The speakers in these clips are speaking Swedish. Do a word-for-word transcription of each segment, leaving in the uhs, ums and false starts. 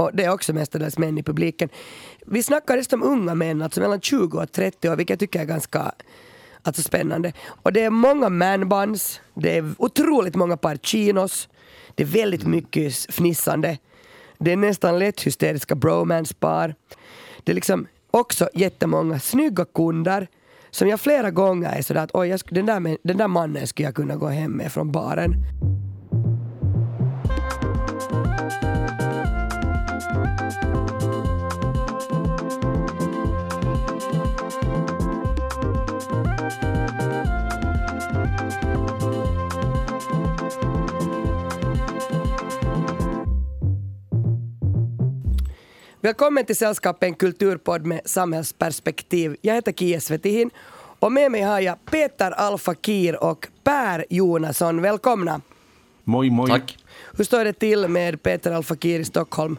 Och det är också mestadels män i publiken. Vi snackar dessutom unga män, alltså mellan tjugo och trettio år, vilket jag tycker är ganska alltså, spännande. Och det är många manbands, det är otroligt många par chinos, det är väldigt mycket fnissande. Det är nästan lätt hysteriska bromance-par. Det är liksom också jättemånga snygga kunder som jag flera gånger är sådär att oj, jag, den, där, den där mannen skulle jag kunna gå hem med från baren. Välkommen till Sällskapet, en kulturpodd med samhällsperspektiv. Jag heter Kia Svetihin och med mig har jag Peter Al-Fakir och Per Jonasson. Välkomna. Moi, moi. Tack. Hur står det till med Peter Al-Fakir i Stockholm?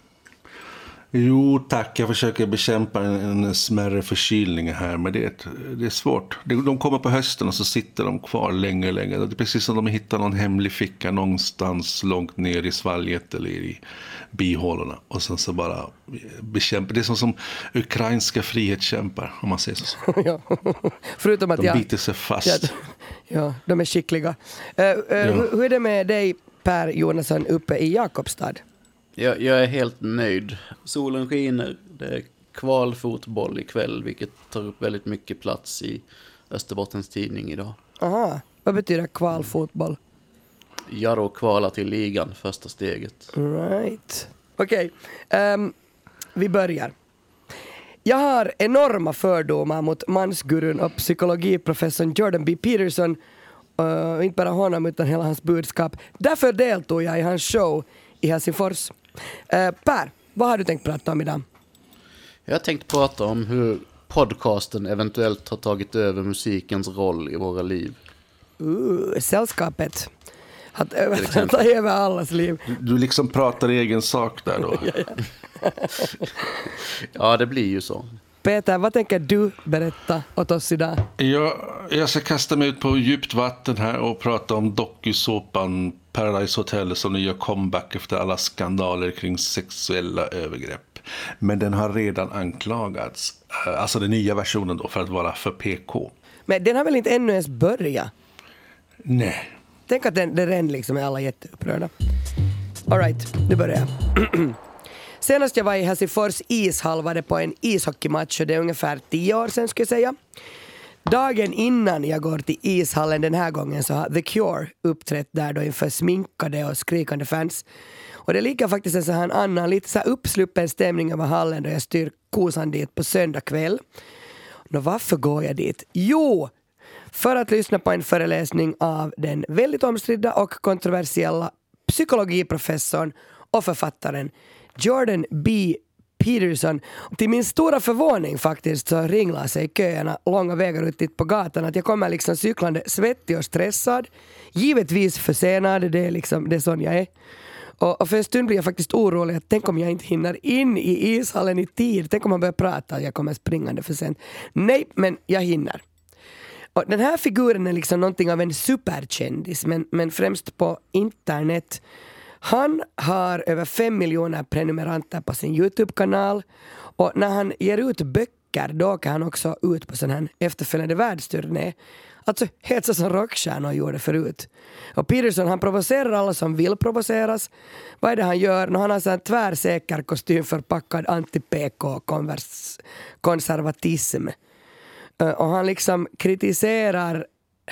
Jo, tack. Jag försöker bekämpa en, en smärre förkylning här, men det är, ett, det är svårt. De kommer på hösten och så sitter de kvar länge, länge. Det är precis som de hittar någon hemlig ficka någonstans långt ner i svalget eller i bihålorna. Och sen så bara bekämpa. Det är som, som ukrainska frihetskämpar, om man säger så. Ja. Förutom att de jag, biter sig fast. Ja, ja, de är skickliga. Uh, uh, ja. hur, hur är det med dig, Per Jonasson, uppe i Jakobstad? Jag, jag är helt nöjd. Solen skiner. Det är kvalfotboll ikväll, vilket tar upp väldigt mycket plats i Österbottens tidning idag. Aha, vad betyder kvalfotboll? Jarro kvala till ligan, första steget. Right. Okej, okay. um, vi börjar. Jag har enorma fördomar mot mansgurun och psykologiprofessorn Jordan B. Peterson. Uh, inte bara honom utan hela hans budskap. Därför deltog jag i hans show i Helsingfors. Uh, Per, vad har du tänkt prata om idag? Jag har tänkt prata om hur podcasten eventuellt har tagit över musikens roll i våra liv. Uh, sällskapet. Att över, ta över allas liv. Du liksom pratar i egen sak där då. ja, ja. Ja, det blir ju så. Peter, vad tänker du berätta åt oss idag? Jag, jag ska kasta mig ut på djupt vatten här och prata om dokusåpan Paradise Hotel som nu gör comeback efter alla skandaler kring sexuella övergrepp. Men den har redan anklagats, alltså den nya versionen då, för att vara för P K. Men den har väl inte ännu ens börjat? Nej. Tänk att den, den redan liksom är alla jätteupprörda. All right, nu börjar jag. Senast jag var i Helsingfors ishall var det på en ishockeymatch och det är ungefär tio år sedan skulle jag säga. Dagen innan jag går till ishallen den här gången så har The Cure uppträtt där då inför sminkade och skrikande fans. Och det ligger faktiskt en sån här annan, lite så här uppsluppen stämning över hallen då jag styr kosan dit på söndag kväll. Nå, varför går jag dit? Jo, för att lyssna på en föreläsning av den väldigt omstridda och kontroversiella psykologiprofessorn och författaren Jordan B. Peterson. Till min stora förvåning faktiskt så ringlar sig köerna långa vägar ut dit på gatan att jag kommer liksom cyklande svettig och stressad. Givetvis försenad, det är liksom det är sån jag är. Och, och för en stund blir jag faktiskt orolig att tänk om jag inte hinner in i ishallen i tid. Tänk om man börjar prata att jag kommer springande för sent. Nej, men jag hinner. Och den här figuren är liksom någonting av en superkändis men, men främst på internet. Han har över fem miljoner prenumeranter på sin YouTube-kanal och när han ger ut böcker då åker han också ut på sån här efterföljande världsturné. Alltså helt så som rockstjärnor gjorde förut. Och Peterson han provocerar alla som vill provoceras. Vad är det han gör? När han har en tvärsäker kostym förpackad anti-P K-konservatism. Och han liksom kritiserar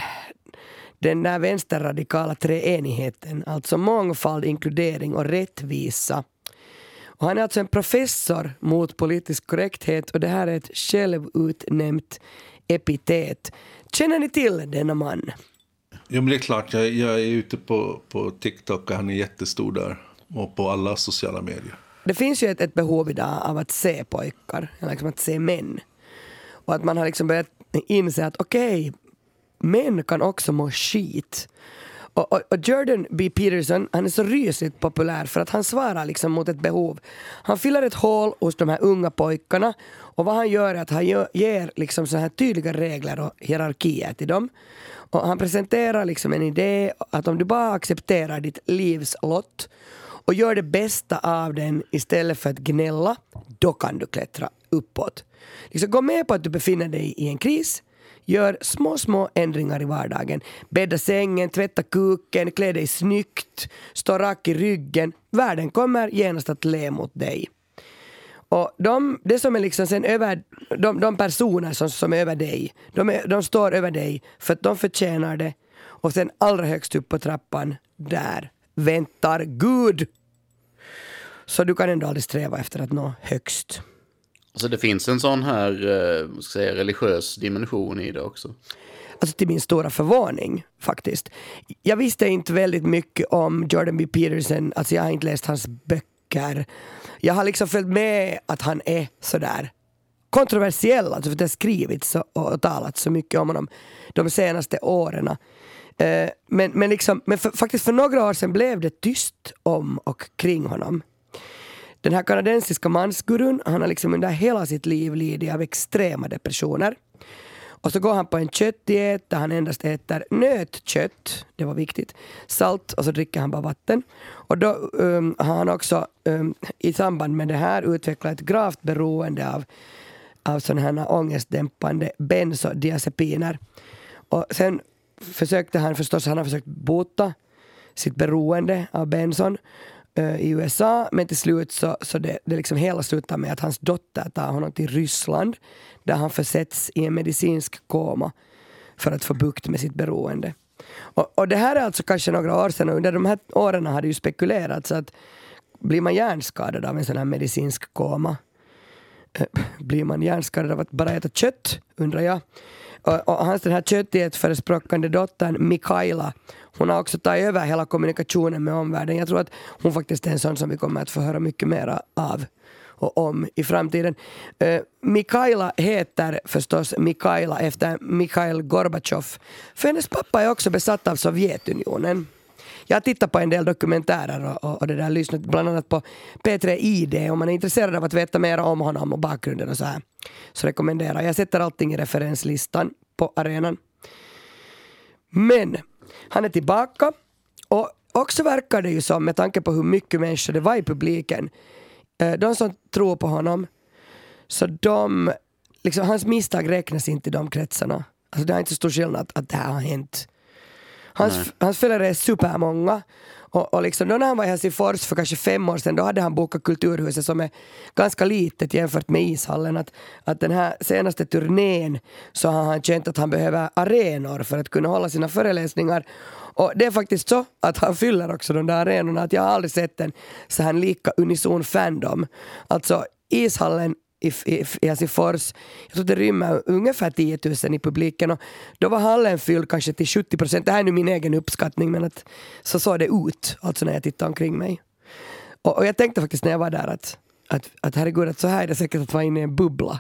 den där vänsterradikala treenigheten, alltså mångfald, inkludering och rättvisa. Och han är alltså en professor mot politisk korrekthet och det här är ett självutnämnt epitet. Känner ni till denna man? Ja, men det är klart, jag, jag är ute på, på TikTok och han är jättestor där och på alla sociala medier. Det finns ju ett, ett behov idag av att se pojkar, eller liksom att se män. Och att man har liksom börjat inse att okej, okay, män kan också må skit. Och, och, och Jordan B. Peterson, han är så rysligt populär för att han svarar liksom mot ett behov. Han fyller ett hål hos de här unga pojkarna och vad han gör är att han gör, ger liksom så här tydliga regler och hierarkier till dem. Och han presenterar liksom en idé att om du bara accepterar ditt livs lott och gör det bästa av den istället för att gnälla, då kan du klättra uppåt. Liksom gå med på att du befinner dig i en kris. Gör små, små ändringar i vardagen. Bädda sängen, tvätta kuken, klä dig snyggt, stå rak i ryggen. Världen kommer genast att le mot dig. Och de, det som är liksom sen över, de, de personer som, som är över dig, de, är, de står över dig för att de förtjänar det. Och sen allra högst upp på trappan, där väntar Gud. Så du kan ändå aldrig sträva efter att nå högst. Så det finns en sån här eh, ska säga, religiös dimension i det också? Alltså till min stora förvåning faktiskt. Jag visste inte väldigt mycket om Jordan B. Peterson. Alltså jag har inte läst hans böcker. Jag har liksom följt med att han är sådär kontroversiell. Alltså för det har skrivits och, och talat så mycket om honom de senaste åren. Eh, men, men, liksom, men för, faktiskt för några år sedan blev det tyst om och kring honom. Den här kanadensiska mansgurun, han har liksom under hela sitt liv lidit av extrema depressioner. Och så går han på en köttdiet där han endast äter nötkött, det var viktigt, salt, och så dricker han bara vatten. Och då um, har han också um, i samband med det här utvecklat ett gravt beroende av, av sådana här ångestdämpande bensodiazepiner. Och sen försökte han förstås, han har försökt bota sitt beroende av benson i U S A, men till slut så, så det, det liksom hela slutar med att hans dotter tar honom till Ryssland där han försätts i en medicinsk koma för att få bukt med sitt beroende. Och, och det här är alltså kanske några år sedan, och under de här åren hade ju spekulerats att blir man hjärnskadad av en sån här medicinsk koma? Blir man hjärnskadad av att bara äta kött, undrar jag. Och, och hans den här köttdietförespråkande dottern Mikaela, hon har också tagit över hela kommunikationen med omvärlden. Jag tror att hon faktiskt är en sån som vi kommer att få höra mycket mer av och om i framtiden. Uh, Mikaela heter förstås Mikaela efter Mikhail Gorbachev. För hennes pappa är också besatt av Sovjetunionen. Jag har tittat på en del dokumentärer och, och, och det där lyssnat bland annat på P tre I D. Om man är intresserad av att veta mer om honom och bakgrunden och så här, så rekommenderar jag. Jag sätter allting i referenslistan på arenan. Men han är tillbaka, och också verkar det ju som, med tanke på hur mycket människor det var i publiken, de som tror på honom, så de, liksom, hans misstag räknas inte i de kretsarna. Alltså det är inte så stor skillnad att det här har hänt. Hans, hans följare är supermånga. Och, och liksom då när han var i Helsingfors för kanske fem år sedan, då hade han bokat Kulturhuset som är ganska litet jämfört med ishallen. Att, att den här senaste turnén så har han känt att han behöver arenor för att kunna hålla sina föreläsningar. Och det är faktiskt så att han fyller också de där arenorna. Att jag har aldrig sett en så här lika unison fandom. Alltså ishallen i, i, i Helsingfors, jag tror det rymmer ungefär tio tusen i publiken, och då var hallen fylld kanske till sjuttio procent. Det här är nu min egen uppskattning, men att så såg det ut alltså när jag tittade omkring mig. Och, och jag tänkte faktiskt när jag var där att, att, att herregud, att så här är det säkert att vara inne i en bubbla.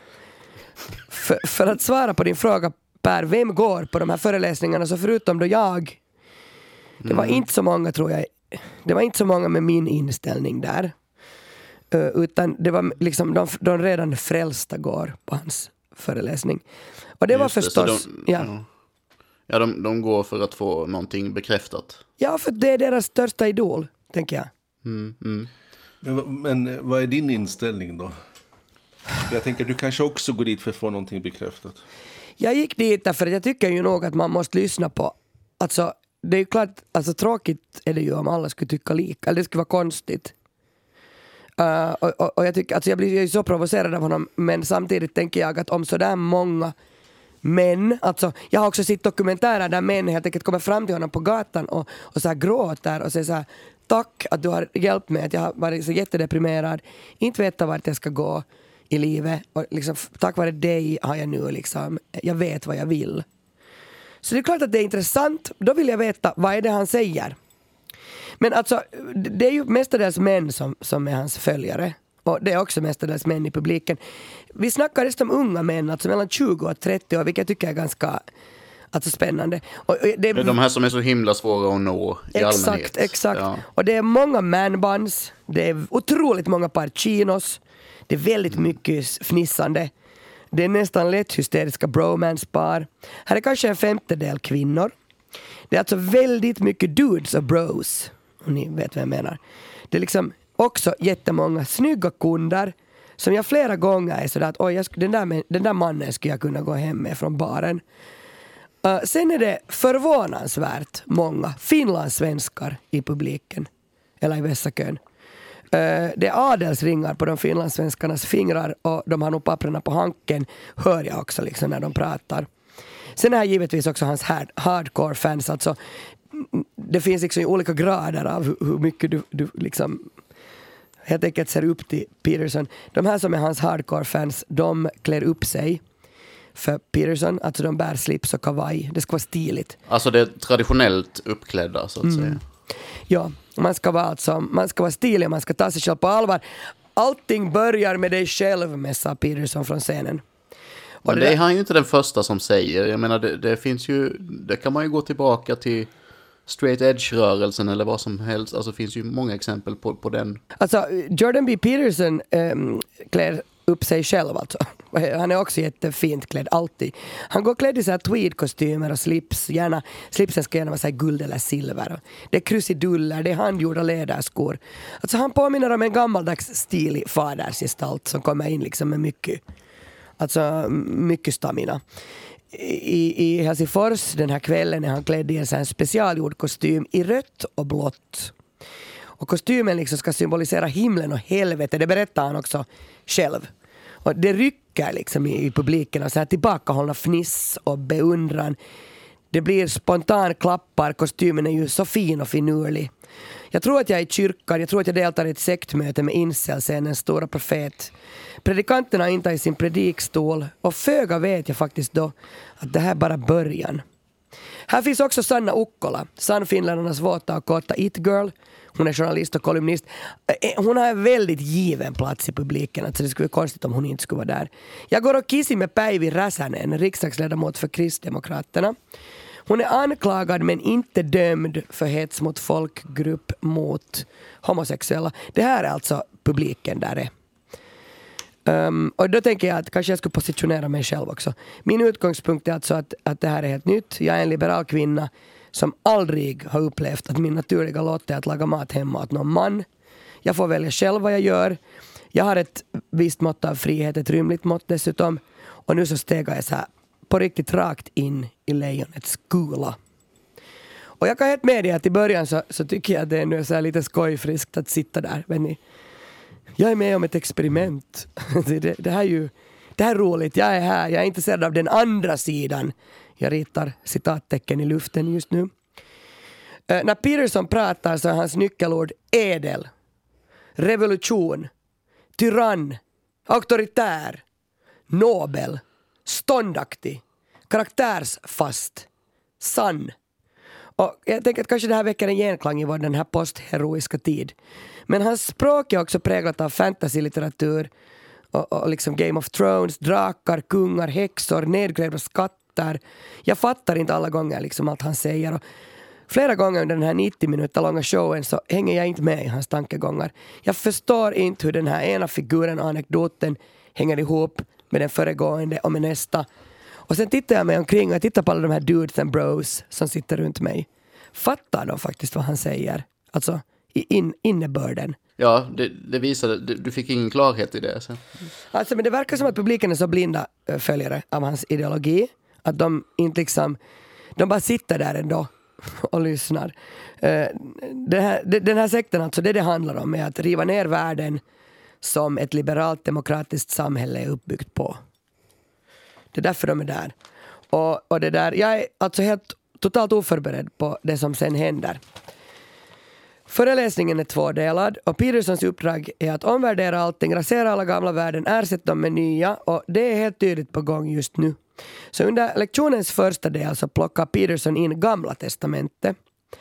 För, för att svara på din fråga, Per, vem går på de här föreläsningarna, så förutom då jag, det var mm. inte så många tror jag, det var inte så många med min inställning där. Uh, utan det var liksom de, de redan frälsta går på hans föreläsning. Och det Just var förstås... Det, de, ja, ja. ja de, de går för att få någonting bekräftat. Ja, för det är deras största idol, tänker jag. Mm, mm. Men, men vad är din inställning då? Jag tänker, du kanske också går dit för att få någonting bekräftat. Jag gick dit därför att jag tycker ju nog att man måste lyssna på... Alltså, det är ju klart, alltså tråkigt är det ju om alla skulle tycka lika. Eller det skulle vara konstigt. Uh, och, och, och jag tycker, alltså jag blir ju så provocerad av honom, men samtidigt tänker jag att om sådär många män, alltså jag har också sett dokumentärer där män helt enkelt kommer fram till honom på gatan och, och så här gråter och säger så här: tack att du har hjälpt mig, att jag har varit så jättedeprimerad, inte veta vart jag ska gå i livet, och liksom, tack vare dig har jag nu liksom, jag vet vad jag vill. Så det är klart att det är intressant. Då vill jag veta, vad är det han säger? Men alltså, det är ju mestadels män som, som är hans följare. Och det är också mestadels män i publiken. Vi snackar just om unga män, alltså mellan tjugo och trettio år, vilket jag tycker är ganska alltså, spännande. Och det är de här som är så himla svåra att nå i exakt, allmänhet. Exakt, ja. Och det är många manbands, det är otroligt många par chinos, det är väldigt mycket fnissande. Det är nästan lätt hysteriska bromance-par. Här är kanske en femtedel kvinnor. Det är alltså väldigt mycket dudes och bros, om ni vet vad jag menar. det är liksom också jättemånga snygga kunder som jag flera gånger är sådär att oj, jag sk- den, där, den där mannen skulle jag kunna gå hem med från baren. Uh, sen är det förvånansvärt många finlandssvenskar i publiken eller i vässakön. Uh, det är adelsringar på de finlandssvenskarnas fingrar och de har nog papperna på hanken, hör jag också liksom när de pratar. Sen är givetvis också hans hard, hardcore fans, alltså det finns liksom olika grader av hur, hur mycket du, du liksom helt enkelt ser upp till Peterson. De här som är hans hardcore fans, de klär upp sig för Peterson, alltså de bär slips och kavaj. Det ska vara stiligt. Alltså det är traditionellt uppklädda så att mm. säga. Ja, man ska vara alltså, man ska vara stilig, man ska ta sig själv på allvar. Allting börjar med dig själv, med sa Peterson från scenen. Och Men det, det är där... han ju inte den första som säger. Jag menar, det, det finns ju, det kan man ju gå tillbaka till straight edge-rörelsen eller vad som helst. Alltså det finns ju många exempel på, på den. Alltså Jordan B. Peterson ähm, klär upp sig själv alltså. Han är också jättefint klädd, alltid. Han går klädd i så här tweed-kostymer och slips. Gärna, slipsen ska gärna vara så här guld eller silver. Det är krusiduller, det är handgjorda läderskor. Alltså han påminner om en gammaldags stilig fadersgestalt som kommer in liksom med mycket, alltså mycket stamina. I, i Helsingfors den här kvällen är han klädd i en sån här specialgjord kostym i rött och blått. Och kostymen liksom ska symbolisera himlen och helvete. Det berättar han också själv. Och det rycker liksom i, i publiken och så här tillbakahållna fniss och beundran. Det blir spontan klappar. Kostymen är ju så fin och finurlig. Jag tror att jag är i kyrkan. Jag tror att jag deltar i ett sektmöte med incelscenens stora profet. Predikanterna intar i sin predikstol. Och föga vet jag faktiskt då att det här är bara början. Här finns också Sanna Ukkola, Sannfinländarnas våta och kåta it-girl. Hon är journalist och kolumnist. Hon har en väldigt given plats i publiken. Alltså det skulle vara konstigt om hon inte skulle vara där. Jag går och kissar med Päivi Räsänen, riksdagsledamot för Kristdemokraterna. Hon är anklagad men inte dömd för hets mot folkgrupp mot homosexuella. Det här är alltså publiken där är. Um, och då tänker jag att kanske jag skulle positionera mig själv också. Min utgångspunkt är alltså att, att det här är helt nytt. Jag är en liberal kvinna som aldrig har upplevt att min naturliga lott är att laga mat hemma åt någon man. Jag får välja själv vad jag gör. Jag har ett visst mått av frihet, ett rymligt mått dessutom. Och nu så stegar jag så här på riktigt rakt in i lejonets kula. Och jag kan helt medge att i början så, så tycker jag att det är nu så här lite skojfriskt att sitta där. Men ni, jag är med om ett experiment. det, det, här är ju, det här är roligt. Jag är här. Jag är intresserad av den andra sidan. Jag ritar citattecken i luften just nu. Uh, när Peterson pratar så är hans nyckelord ädel, revolution, tyrann, auktoritär, nobel, ståndaktig, karaktärsfast, sann. Och jag tänker att kanske det här väcker en genklang i vår den här postheroiska tid. Men hans språk är också präglat av fantasy-litteratur och, och liksom Game of Thrones, drakar, kungar, häxor, nedgrävda skatter. Jag fattar inte alla gånger liksom allt han säger. Och flera gånger under den här nittio minuter långa showen så hänger jag inte med i hans tankegångar. Jag förstår inte hur den här ena figuren och anekdoten hänger ihop med den föregående och med nästa. Och sen tittar jag mig omkring och jag tittar på alla de här dudes and bros som sitter runt mig. Fattar de faktiskt vad han säger? Alltså i in, innebörden. Ja, det, det visade, du fick ingen klarhet i det. Så. Alltså, men det verkar som att publiken är så blinda äh, följare av hans ideologi att de inte liksom, de bara sitter där ändå och lyssnar. Uh, det här, det, den här sekten, alltså det det handlar om är att riva ner världen som ett liberalt demokratiskt samhälle är uppbyggt på. Det är därför de är där. Och, och det där, jag är alltså helt totalt oförberedd på det som sen händer. Föreläsningen är tvådelad och Petersons uppdrag är att omvärdera allting, rasera alla gamla värden, ersätta dem med nya och det är helt tydligt på gång just nu. Så under lektionens första del så plockar Peterson in gamla testamentet.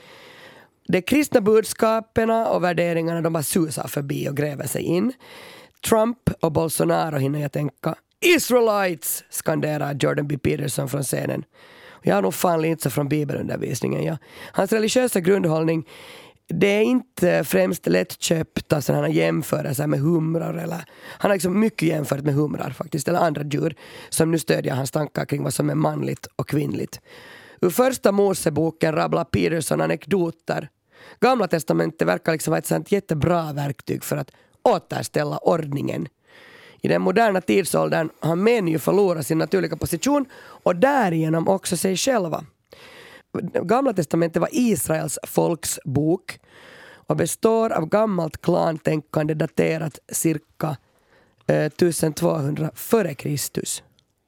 De kristna budskaperna och värderingarna de bara susar förbi och gräver sig in. Trump och Bolsonaro hinner jag tänka. Israelites, skanderar Jordan B. Peterson från scenen. Jag har nog fan inte så från bibelundervisningen. Ja. Hans religiösa grundhållning, det är inte främst lättköpta sådana jämförelser med humrar. Eller, han har liksom mycket jämfört med humrar faktiskt, eller andra djur som nu stödjer hans tankar kring vad som är manligt och kvinnligt. Ur första Moseboken rabblar Peterson anekdoter Gamla testamentet verkar liksom vara ett sånt jättebra verktyg för att återställa ordningen. I den moderna tidsåldern har män ju förlorat sin naturliga position och därigenom också sig själva. Gamla testamentet var Israels folks bok och består av gammalt klantänkande daterat cirka eh, twelve-hundred före Kristus.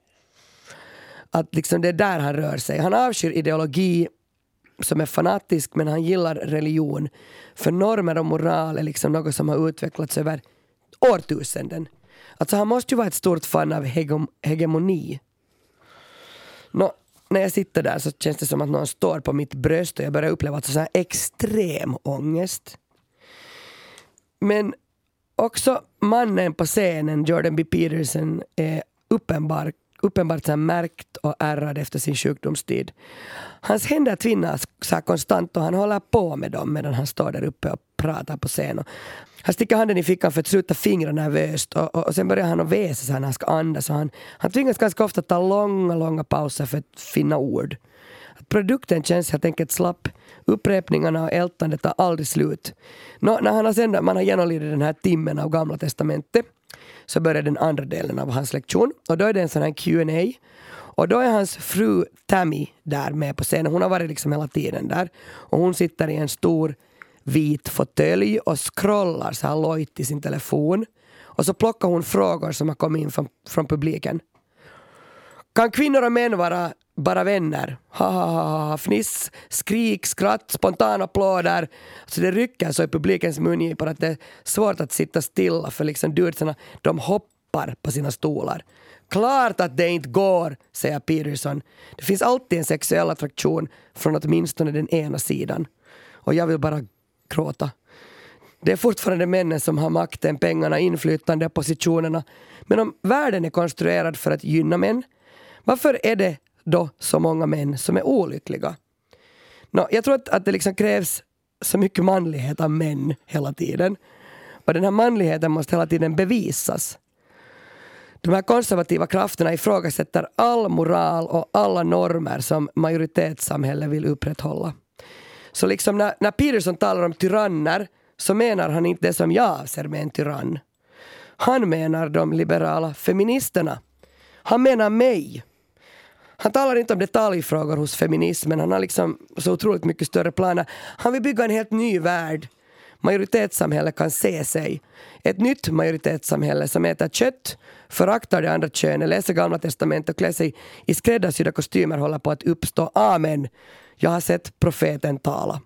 Att liksom det är där han rör sig. Han avskyr ideologi som är fanatisk, men han gillar religion. För normer och moral är liksom något som har utvecklats över årtusenden. Alltså han måste ju vara ett stort fan av hegem- hegemoni. Nå, när jag sitter där så känns det som att någon står på mitt bröst och jag börjar uppleva alltså så här extrem ångest. Men också mannen på scenen, Jordan B. Peterson, är uppenbar, uppenbart så här märkt och ärrad efter sin sjukdomstid. Hans händer tvinnas så här konstant och han håller på med dem medan han står där uppe och pratar på scen. Han sticker handen i fickan för att sluta fingrarna nervöst och, och, och sen börjar han att väsa sig när han ska andas. Han, han tvingas ganska ofta ta långa, långa pauser för att finna ord. Att produkten känns helt enkelt slapp. Upprepningarna och ältandet tar aldrig slut. Nå, när han har sen, man har genomlidit den här timmen av Gamla testamentet så börjar den andra delen av hans lektion. Och då är det en sån här Q and A. Och då är hans fru Tammy där med på scenen. Hon har varit liksom hela tiden där. Och hon sitter i en stor vit fåtölj och scrollar så här lojt i sin telefon. Och så plockar hon frågor som har kommit in från, från publiken. Kan kvinnor och män vara bara vänner? Ha, ha, ha, ha, fniss, skrik, skratt, spontana applåder. Så det rycker så i publikens mungipor att det är svårt att sitta stilla för liksom dudesarna, de hoppar på sina stolar. Klart att det inte går, säger Peterson. Det finns alltid en sexuell attraktion från åtminstone den ena sidan. Och jag vill bara gråta. Det är fortfarande männen som har makten, pengarna, inflytande, positionerna. Men om världen är konstruerad för att gynna män, varför är det då så många män som är olyckliga? Nå, jag tror att, att det liksom krävs så mycket manlighet av män hela tiden. Och den här manligheten måste hela tiden bevisas. De här konservativa krafterna ifrågasätter all moral och alla normer som majoritetssamhället vill upprätthålla. Så liksom när, när Peterson talar om tyranner så menar han inte det som jag avser med en tyrann. Han menar de liberala feministerna. Han menar mig. Han talar inte om detaljfrågor hos feminismen. Han har liksom så otroligt mycket större planer. Han vill bygga en helt ny värld. Majoritetssamhället kan se sig. Ett nytt majoritetssamhälle som äter kött, föraktar det andra könet, läser Gamla testamentet och klär sig i skräddarsydda kostymer håller på att uppstå. Amen. Jag har sett profeten tala.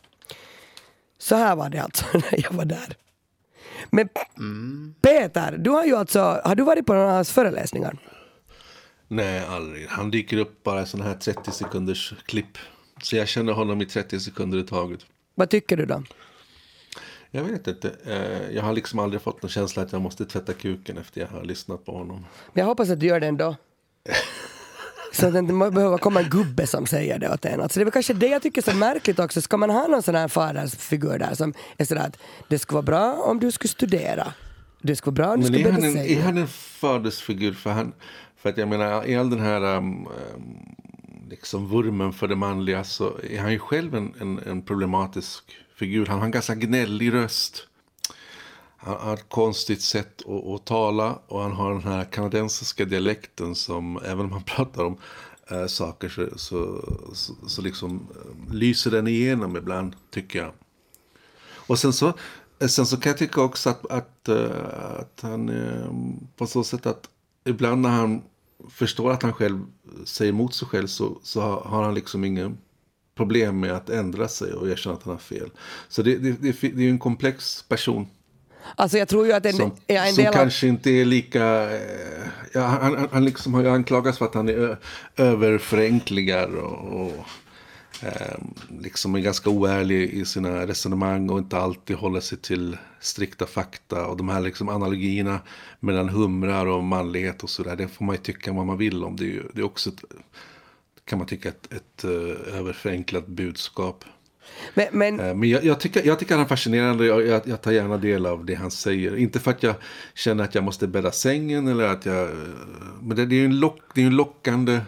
Så här var det alltså när jag var där. Men mm. Peter, du har ju alltså, har du varit på några av hans föreläsningar? Nej, aldrig. Han dyker upp bara i sådana här trettio sekunders klipp. Så jag känner honom i trettio sekunder i taget. Vad tycker du då? Jag vet inte. Jag har liksom aldrig fått någon känsla att jag måste tvätta kuken efter jag har lyssnat på honom. Men jag hoppas att du gör det ändå. Så att det inte behöver komma en gubbe som säger det åt en. Alltså det är väl kanske det jag tycker är så märkligt också. Ska man ha någon sån här fadersfigur där som är sådär att det skulle vara bra om du skulle studera. Det skulle vara bra om du skulle börja säga. Men är han en fadersfigur för han... För att jag menar, i all den här um, liksom vurmen för det manliga så är han ju själv en, en, en problematisk figur. Han har en ganska gnällig röst. Han har ett konstigt sätt att, att tala och han har den här kanadensiska dialekten som även om man pratar om äh, saker så, så, så, så liksom äh, lyser den igenom ibland, tycker jag. Och sen så, sen så kan jag tycka också att, att, äh, att han äh, på så sätt att ibland när han förstår att han själv säger emot sig själv så, så har han liksom ingen problem med att ändra sig och erkänna att han har fel. Så det, det, det, det är ju en komplex person. Alltså jag tror ju att en, som, ja, en som del av... kanske inte är lika... Ja, han, han liksom har ju anklagats för att han är ö, överförenkligar och, och eh, liksom är ganska oärlig i sina resonemang och inte alltid håller sig till strikta fakta. Och de här liksom analogierna mellan humrar och manlighet och sådär, det får man ju tycka vad man vill om. Det är, ju, det är också ett, kan man tycka ett, ett, ett överförenklat budskap. Men, men, men jag, jag, tycker, jag tycker han är fascinerande. Jag, jag, jag tar gärna del av det han säger. Inte för att jag känner att jag måste bädda sängen eller att jag, men det, det är ju en, lock, det är en lockande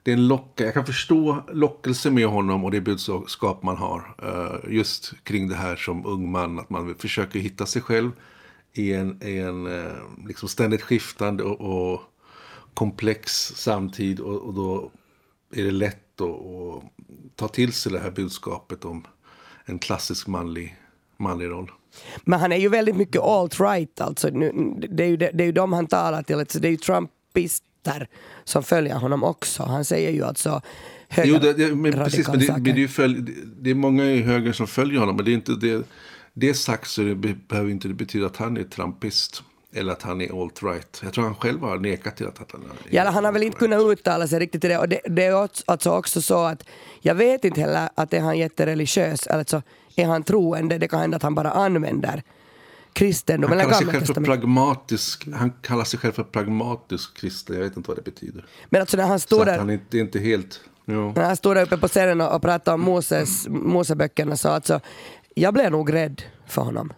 det är en locka. Jag kan förstå lockelsen med honom och det budskap man har. Uh, just kring det här som ung man. Att man försöker hitta sig själv i en, i en uh, liksom ständigt skiftande och, och komplex samtid. Och, och då är det lätt att, att ta till sig det här budskapet om en klassisk manlig, manlig roll. Men han är ju väldigt mycket alt-right. Alltså. Nu, det, är ju, det, det är ju de han talar till. Det är ju trumpister som följer honom också. Han säger ju alltså höger, jo, det, det, men precis, men det, men det, är ju följ, det är många i höger som följer honom. Men det är inte det, det sagt så det behöver inte det betyda att han är trumpist. Eller att han är alt-right. Jag tror han själv har nekat till att han är ja, han har väl inte kunnat uttala sig riktigt till det. Och det, det är alltså också så att jag vet inte heller att är han jättereligiös. Alltså är han troende. Det kan hända att han bara använder kristendom. Han kallar sig själv testament. för pragmatisk. Han kallar sig själv för pragmatisk kristen. Jag vet inte vad det betyder. Men alltså när han står där... Han är inte, inte helt... Jo. När han står där uppe på scenen och, och pratar om Moses, Moseböckerna så alltså... Jag blev nog rädd för honom.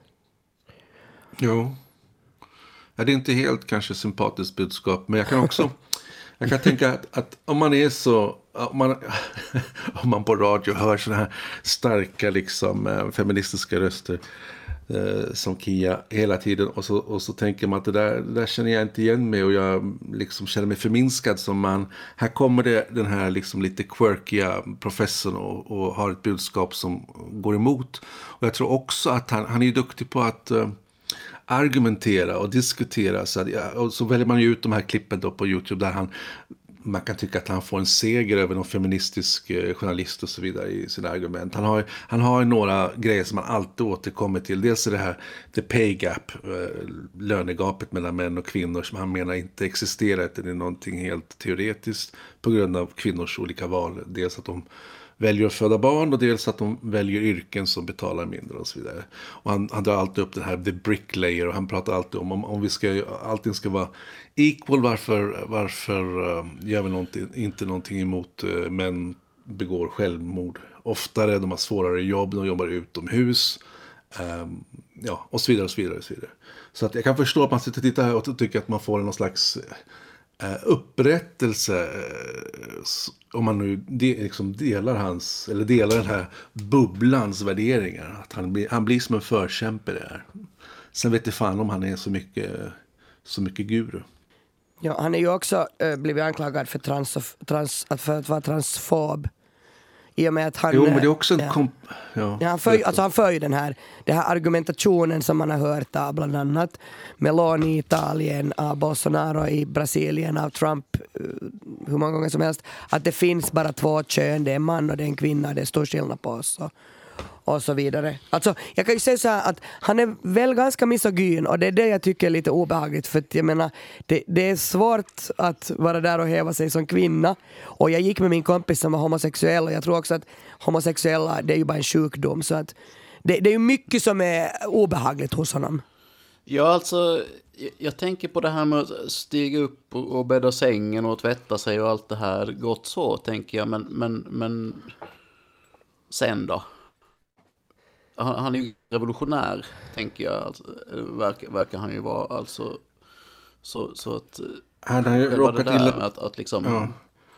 Jo. Ja, det är inte helt kanske sympatiskt budskap. Men jag kan också... jag kan tänka att, att om man är så... Om man, om man på radio hör såna här starka liksom, feministiska röster eh, som Kia hela tiden och så, och så tänker man att det där, det där känner jag inte igen mig och jag liksom känner mig förminskad som man. Här kommer det den här liksom lite quirkiga professorn och, och har ett budskap som går emot. Och jag tror också att han, han är duktig på att eh, argumentera och diskutera. Så, att, och så väljer man ju ut de här klippen då på YouTube där han man kan tycka att han får en seger över någon feministisk journalist och så vidare i sina argument. Han har, han har några grejer som han alltid återkommer till. Dels är det här the pay gap, lönegapet mellan män och kvinnor som han menar inte existerar. Det är någonting helt teoretiskt på grund av kvinnors olika val. Dels att de väljer att föda barn och dels att de väljer yrken som betalar mindre och så vidare. Och han, han drar alltid upp den här the bricklayer och han pratar alltid om om, om vi ska, allting ska vara equal, varför, varför uh, gör vi någonting, inte någonting emot uh, män begår självmord oftare, de har svårare jobb, de jobbar utomhus um, ja, och så vidare och så vidare och så vidare. Så att jag kan förstå att man sitter och tittar här och tycker att man får någon slags Uh, upprättelse uh, om man nu de, liksom delar hans eller delar den här bubblans värderingar att han blir, han blir som en förkämpe där. Sen vet jag fan om han är så mycket så mycket guru. Ja, han är ju också uh, blivit anklagad för, trans, trans, att, för att vara transfob. I och med att han... Jo, men det är också en... Ja. Komp- ja, ja, han, för, alltså han för ju den här, den här argumentationen som man har hört av bland annat Meloni i Italien, av Bolsonaro i Brasilien, av Trump hur många gånger som helst. Att det finns bara två kön, det är en man och det är en kvinna, det är stor skillnad på oss och, och så vidare. Alltså, jag kan ju säga så här att han är väl ganska misogyn och det är det jag tycker är lite obehagligt för att jag menar, det, det är svårt att vara där och häva sig som kvinna och jag gick med min kompis som var homosexuell och jag tror också att homosexuella, det är ju bara en sjukdom så att det, det är ju mycket som är obehagligt hos honom. Ja, alltså jag, jag tänker på det här med att stiga upp och, och bädda sängen och tvätta sig och allt det här, gott så tänker jag, men, men, men sen då? Han, han är ju revolutionär, tänker jag. Alltså, verkar, verkar han ju vara. Alltså, så, så att... Han har ju råkat illa... Att, att liksom... Ja.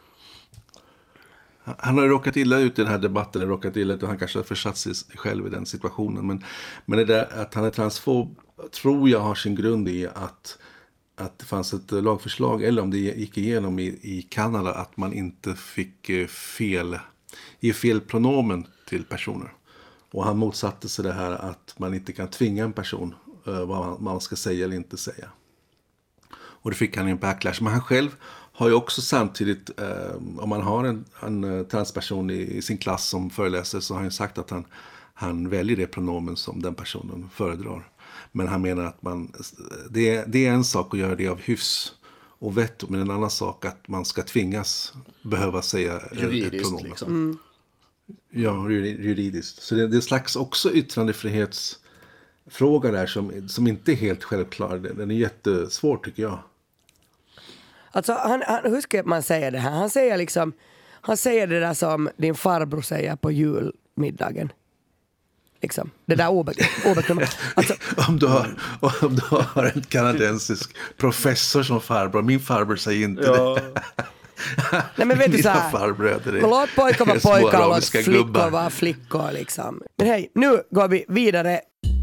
Han har ju råkat illa ut i den här debatten. Han, råkat illa ut och han kanske har försatt sig själv i den situationen. Men, men det där att han är transfob tror jag har sin grund i att, att det fanns ett lagförslag, eller om det gick igenom i, i Kanada, att man inte fick fel, ge fel pronomen till personer. Och han motsatte sig det här att man inte kan tvinga en person uh, vad man, man ska säga eller inte säga. Och det fick han en backlash. Men han själv har ju också samtidigt, uh, om man har en, en transperson i, i sin klass som föreläser, så har han sagt att han, han väljer det pronomen som den personen föredrar. Men han menar att man, det, är, det är en sak att göra det av hyfs och vett, men en annan sak att man ska tvingas behöva säga juridiskt, ett pronomen. Liksom. Mm. Ja, juridiskt. Så det, det är en slags också yttrandefrihetsfråga där som, som inte är helt självklar. Den är jättesvår tycker jag. Alltså, han, han, hur ska man säga det här? Han säger liksom, han säger det där som din farbror säger på julmiddagen. Liksom, det där obekväma. Alltså, om, du har, om du har en kanadensisk professor som farbror, min farbror säger inte ja. det. Nej, men vet du så här, farbröder är, låt pojkar vara pojkar och låt flickor gubbar. vara flickor liksom. Men hej, nu går vi vidare.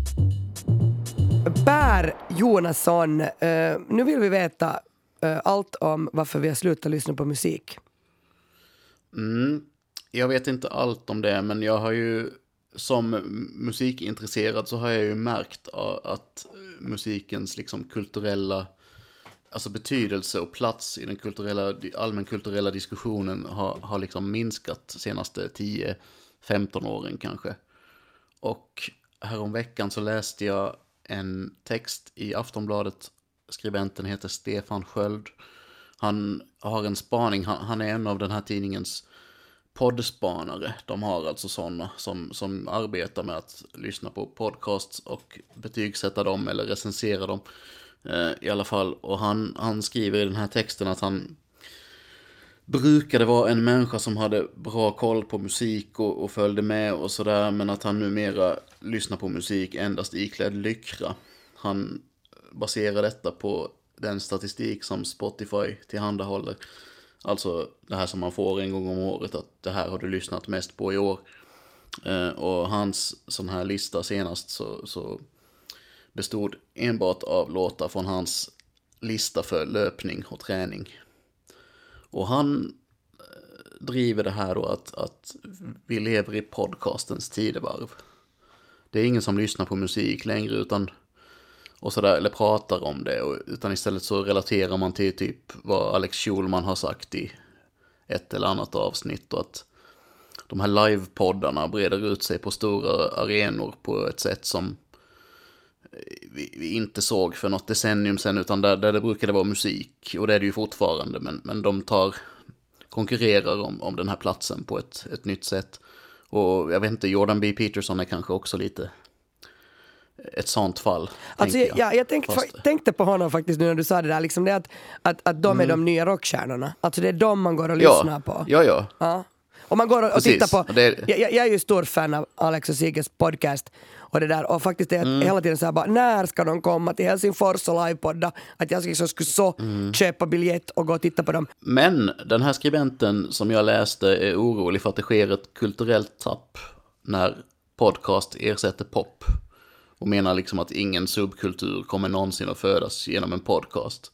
Per Jonasson, uh, nu vill vi veta uh, allt om varför vi har slutat lyssna på musik. Mm, jag vet inte allt om det, men jag har ju som musikintresserad så har jag ju märkt att musikens liksom kulturella alltså betydelse och plats i den kulturella, allmänkulturella diskussionen har, har liksom minskat de senaste tio femton åren kanske. Och häromveckan så läste jag en text i Aftonbladet. Skribenten heter Stefan Sköld. Han har en spaning, han, han är en av den här tidningens poddspanare. De har alltså sådana som, som arbetar med att lyssna på podcasts och betygsätta dem eller recensera dem. I alla fall, och han, han skriver i den här texten att han brukade vara en människa som hade bra koll på musik och, och följde med och sådär, men att han numera lyssnar på musik endast iklädd lyckra. Han baserar detta på den statistik som Spotify tillhandahåller, alltså det här som man får en gång om året, att det här har du lyssnat mest på i år. Eh, och hans sån här lista senast så, så bestod enbart av låtar från hans lista för löpning och träning. Och han driver det här då att, att vi lever i podcastens tidevarv. Det är ingen som lyssnar på musik längre utan, och så där, eller pratar om det, och, utan istället så relaterar man till typ vad Alex Schulman har sagt i ett eller annat avsnitt, och att de här livepoddarna breder ut sig på stora arenor på ett sätt som vi, vi inte såg för något decennium sedan, utan där, där det brukade vara musik, och det är det ju fortfarande, men, men de tar konkurrerar om, om den här platsen på ett, ett nytt sätt. Och jag vet inte, Jordan B. Peterson är kanske också lite ett sånt fall. Alltså jag, jag, jag tänkte, Fast... tänkte på honom faktiskt nu när du sa det där, liksom det att, att, att de är mm. de nya rockstjärnorna. Alltså det är de man går och lyssnar ja. på. Ja, ja. ja. Och man går och, och tittar på, det... jag, jag är ju stor fan av Alex och Sigges podcast och det där, och faktiskt är mm. hela tiden så här bara, när ska de komma till Helsingfors och livepodda, att jag liksom skulle så mm. köpa biljett och gå och titta på dem. Men den här skribenten som jag läste är orolig för att det sker ett kulturellt tapp när podcast ersätter pop, och menar liksom att ingen subkultur kommer någonsin att födas genom en podcast.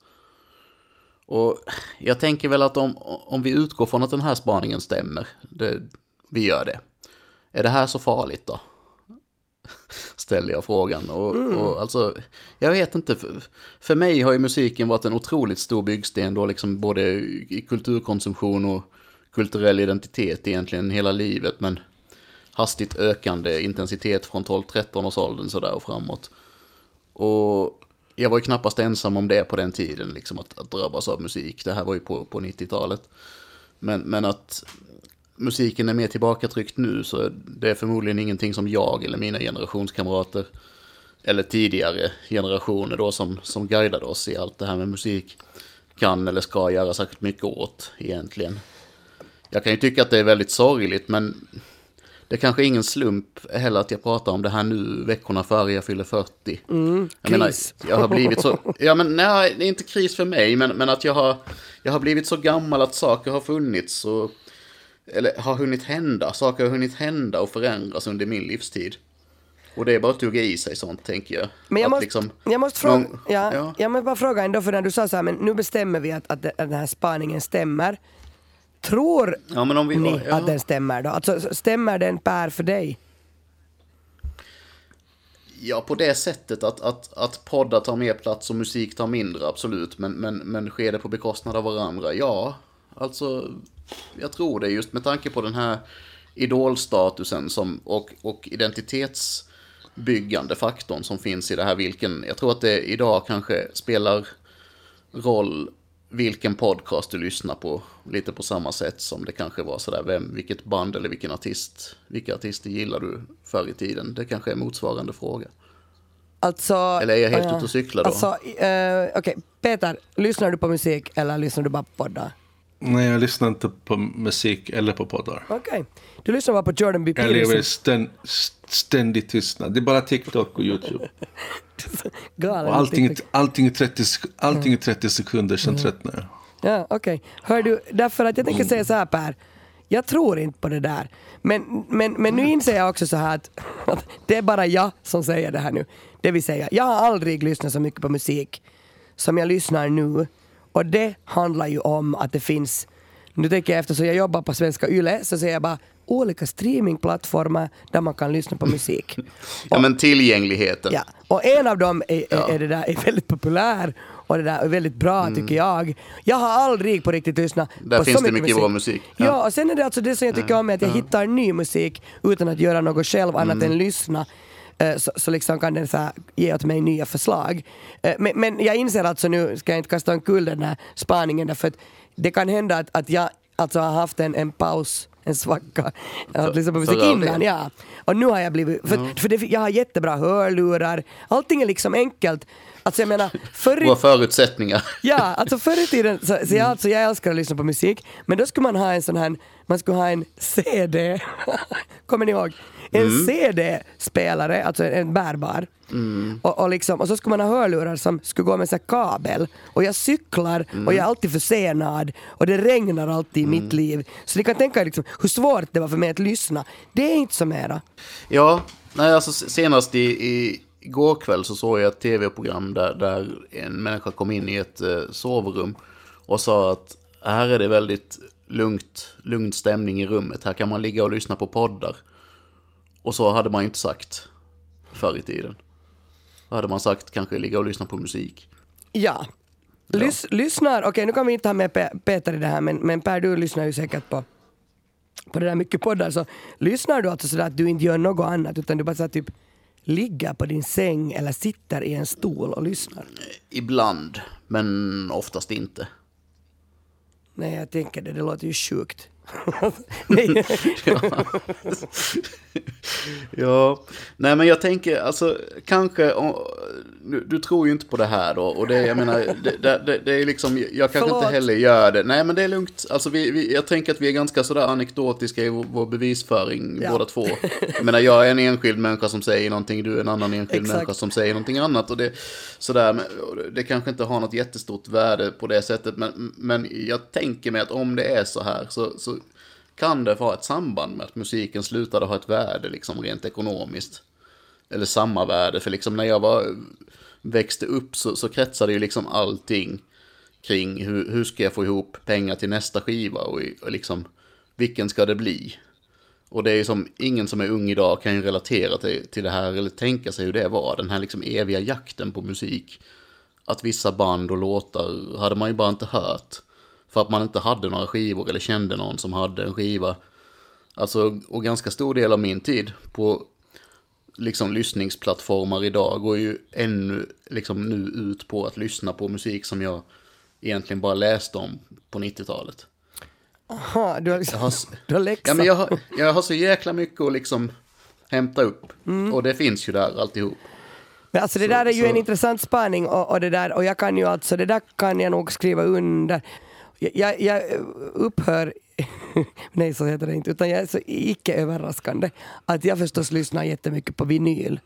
Och jag tänker väl att om, om vi utgår från att den här spaningen stämmer, det, vi gör det. Är det här så farligt då? Ställer jag frågan. Och, mm. och alltså, jag vet inte, för, för mig har ju musiken varit en otroligt stor byggsten då, liksom både i kulturkonsumtion och kulturell identitet egentligen hela livet, men hastigt ökande intensitet från tolv tretton års åldern sådär och framåt. Och jag var ju knappast ensam om det på den tiden, liksom att, att drabbas av musik. Det här var ju på, på nittiotalet. Men, men att musiken är mer tillbakatryckt nu, så det är förmodligen ingenting som jag eller mina generationskamrater eller tidigare generationer då som, som guidade oss i allt det här med musik kan eller ska göra särskilt mycket åt egentligen. Jag kan ju tycka att det är väldigt sorgligt, men det är kanske ingen slump heller att jag pratar om det här nu veckorna före jag fyller fyrtio. Mm, jag menar, jag har blivit så, ja men nej, det är inte kris för mig, men, men att jag har, jag har blivit så gammal att saker har funnits och, eller har hunnit hända, saker har hunnit hända och förändras under min livstid. Och det är bara att tugga i sig sånt, tänker jag. Men jag att måste, liksom, jag måste fråga, någon, ja, ja. jag måste bara fråga ändå, för när du sa så här, men nu bestämmer vi att, att den här spaningen stämmer. Tror ja, men om vi, ni ja. att den stämmer då? Alltså stämmer den Per för dig? Ja, på det sättet att, att, att poddar tar mer plats och musik tar mindre, absolut. Men, men, men sker det på bekostnad av varandra? Ja, alltså jag tror det, just med tanke på den här idolstatusen som, och, och identitetsbyggande faktorn som finns i det här. Vilken, jag tror att det idag kanske spelar roll vilken podcast du lyssnar på, lite på samma sätt som det kanske var sådär, vem, vilket band eller vilken artist, vilka artister gillar du förr i tiden? Det kanske är motsvarande fråga. Alltså, eller är jag helt uh, ute och cyklar då? Alltså, uh, okej, okay. Peter, lyssnar du på musik eller lyssnar du bara på poddar? Nej, jag lyssnar inte på musik eller på poddar. Okej, okay. Du lyssnar bara på Jordan B. Peterson. Jag lever ständ, ständigt tystnad. Det är bara TikTok och YouTube. Galen, och allting, allting, i trettio, allting i trettio sekunder, sen mm. tröttnar jag. Ja, okej. Okay. Hör du, därför att jag tänker säga så här, Per. Jag tror inte på det där. Men, men, men nu inser jag också så här att, att det är bara jag som säger det här nu. Det vill säga, jag har aldrig lyssnat så mycket på musik som jag lyssnar nu. Och det handlar ju om att det finns, nu tänker jag eftersom jag jobbar på Svenska Yle, så säger jag bara olika streamingplattformar där man kan lyssna på musik. Ja, men tillgängligheten. Ja, och en av dem är, Ja. är det där är väldigt populär och det där är väldigt bra Mm. tycker jag. Jag har aldrig på riktigt lyssnat Där på finns så det mycket mycket musik. bra musik. Ja. Ja. och sen är det alltså det som jag tycker om är att jag hittar ny musik utan att göra något själv annat Mm. än lyssna. Eh, Så, så liksom kan den så här ge åt mig nya förslag. Eh, Men, men jag inser alltså nu, ska jag inte kasta en kul den här spaningen därför att det kan hända att, att jag alltså har haft en, en paus, en svacka att lyssna på musik förra innan. året. Ja. Och nu har jag blivit, för, för det, jag har jättebra hörlurar, allting är liksom enkelt. Alltså jag menar, förr i, Våra förutsättningar. ja, alltså förr i tiden, så, så jag, alltså jag älskar att lyssna på musik, men då skulle man ha en sån här, man skulle ha en C D, kommer ni ihåg? En Mm. C D-spelare, alltså en bärbar. Mm. Och, och, liksom, och så skulle man ha hörlurar som skulle gå med så här kabel. Och jag cyklar Mm. och jag är alltid försenad och det regnar alltid i mitt liv. Så ni kan tänka er liksom, hur svårt det var för mig att lyssna. Det är inte så mera. Ja, nej, alltså senast i, i igår kväll så såg jag ett tv-program där, där en människa kom in i ett eh, sovrum och sa att här är det väldigt lugnt, lugn stämning i rummet. Här kan man ligga och lyssna på poddar. Och så hade man ju inte sagt förr i tiden. Då hade man sagt kanske ligga och lyssna på musik. Ja. Lys, lyssnar, okej nu kan vi inte ha med Pe- Peter i det här, men, men Per, du lyssnar ju säkert på, på det där mycket poddar. Så lyssnar du alltså sådär att du inte gör något annat utan du bara så här, typ ligger på din säng eller sitter i en stol och lyssnar? Ibland, men oftast inte. Nej, jag tänker det, det låter ju sjukt. Nej. Ja. Ja, nej men jag tänker, alltså kanske, oh, du, du tror ju inte på det här då, och det, jag menar, det, det, det är liksom, jag kanske Förlåt. inte heller gör det, nej men det är lugnt, alltså vi, vi, jag tänker att vi är ganska sådär anekdotiska i vår, vår bevisföring, Ja. båda två. Jag menar, jag är en enskild människa som säger någonting, du är en annan enskild Exakt. människa som säger någonting annat, och det, sådär, men, och det kanske inte har något jättestort värde på det sättet, men, men jag tänker mig att om det är så här, så, så kan det ha ett samband med att musiken slutade ha ett värde liksom rent ekonomiskt. Eller samma värde, för liksom när jag var, växte upp så, så kretsade ju liksom allting kring hur, hur ska jag få ihop pengar till nästa skiva och, och liksom vilken ska det bli. Och det är ju som, ingen som är ung idag kan ju relatera till, till det här eller tänka sig hur det var, den här liksom eviga jakten på musik. Att vissa band och låtar hade man ju bara inte hört. För att man inte hade några skivor eller kände någon som hade en skiva. Alltså, och ganska stor del av min tid på liksom lyssningsplattformar idag går ju ännu liksom nu ut på att lyssna på musik som jag egentligen bara läste om på nittiotalet. Aha, du har, liksom, Jag har, du har läxa. ja, men jag, har, jag har så jäkla mycket att liksom hämta upp. Och det finns ju där alltihop. Men alltså det Så- där är ju så- en intressant spaning och, och det där, och jag kan ju alltså, det där kan jag nog skriva under. Jag, jag, jag upphör, nej så heter det inte, utan jag är så icke överraskande att jag förstås lyssnar jättemycket på vinyl.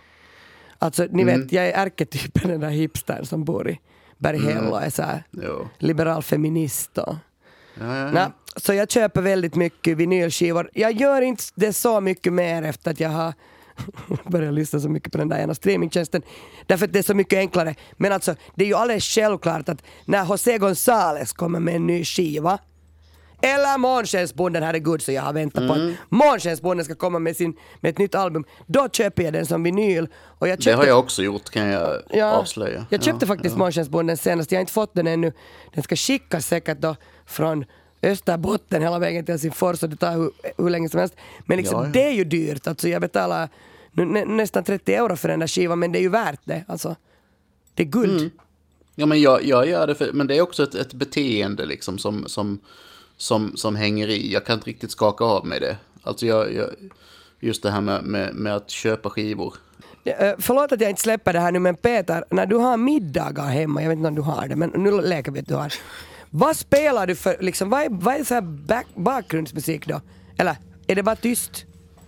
Alltså ni Mm. vet, jag är ärketypen den där hipstern som bor i Berghäll Mm. och är så här Jo. liberal feminist och Ja, ja, ja. nej, så jag köper väldigt mycket vinylskivor. Jag gör inte det så mycket mer efter att jag har börjat lyssna så mycket på den där ena streamingtjänsten. Därför att det är så mycket enklare. Men alltså, det är ju alldeles självklart att när José González kommer med en ny skiva, eller Månskensbonden, herregud så jag har väntat på att Månskensbonden ska komma med, sin, med ett nytt album, då köper jag den som vinyl. Och jag Det köpte, har jag också gjort, kan jag ja, avslöja. jag köpte Ja, faktiskt ja. Månskensbonden senast, jag har inte fått den ännu. Den ska skickas säkert då från Österbotten hela vägen till Helsingfors och det tar hur, hur länge som helst. Men liksom, Ja, ja. det är ju dyrt, alltså jag betalar nu, nä, nästan trettio euro för den där skivan, men det är ju värt det. Alltså, det är guld. Mm. Ja, men jag, jag gör det, för, men det är också ett, ett beteende liksom som, som, som, som hänger i. Jag kan inte riktigt skaka av mig det. Alltså jag, jag, just det här med, med, med att köpa skivor. Eh, Förlåt att jag inte släpper det här nu, men Peter, när du har middagar hemma, jag vet inte om du har det, men nu leker vi att du har. Vad spelar du för, liksom, vad är, vad är så här back, bakgrundsmusik då? Eller är det bara tyst?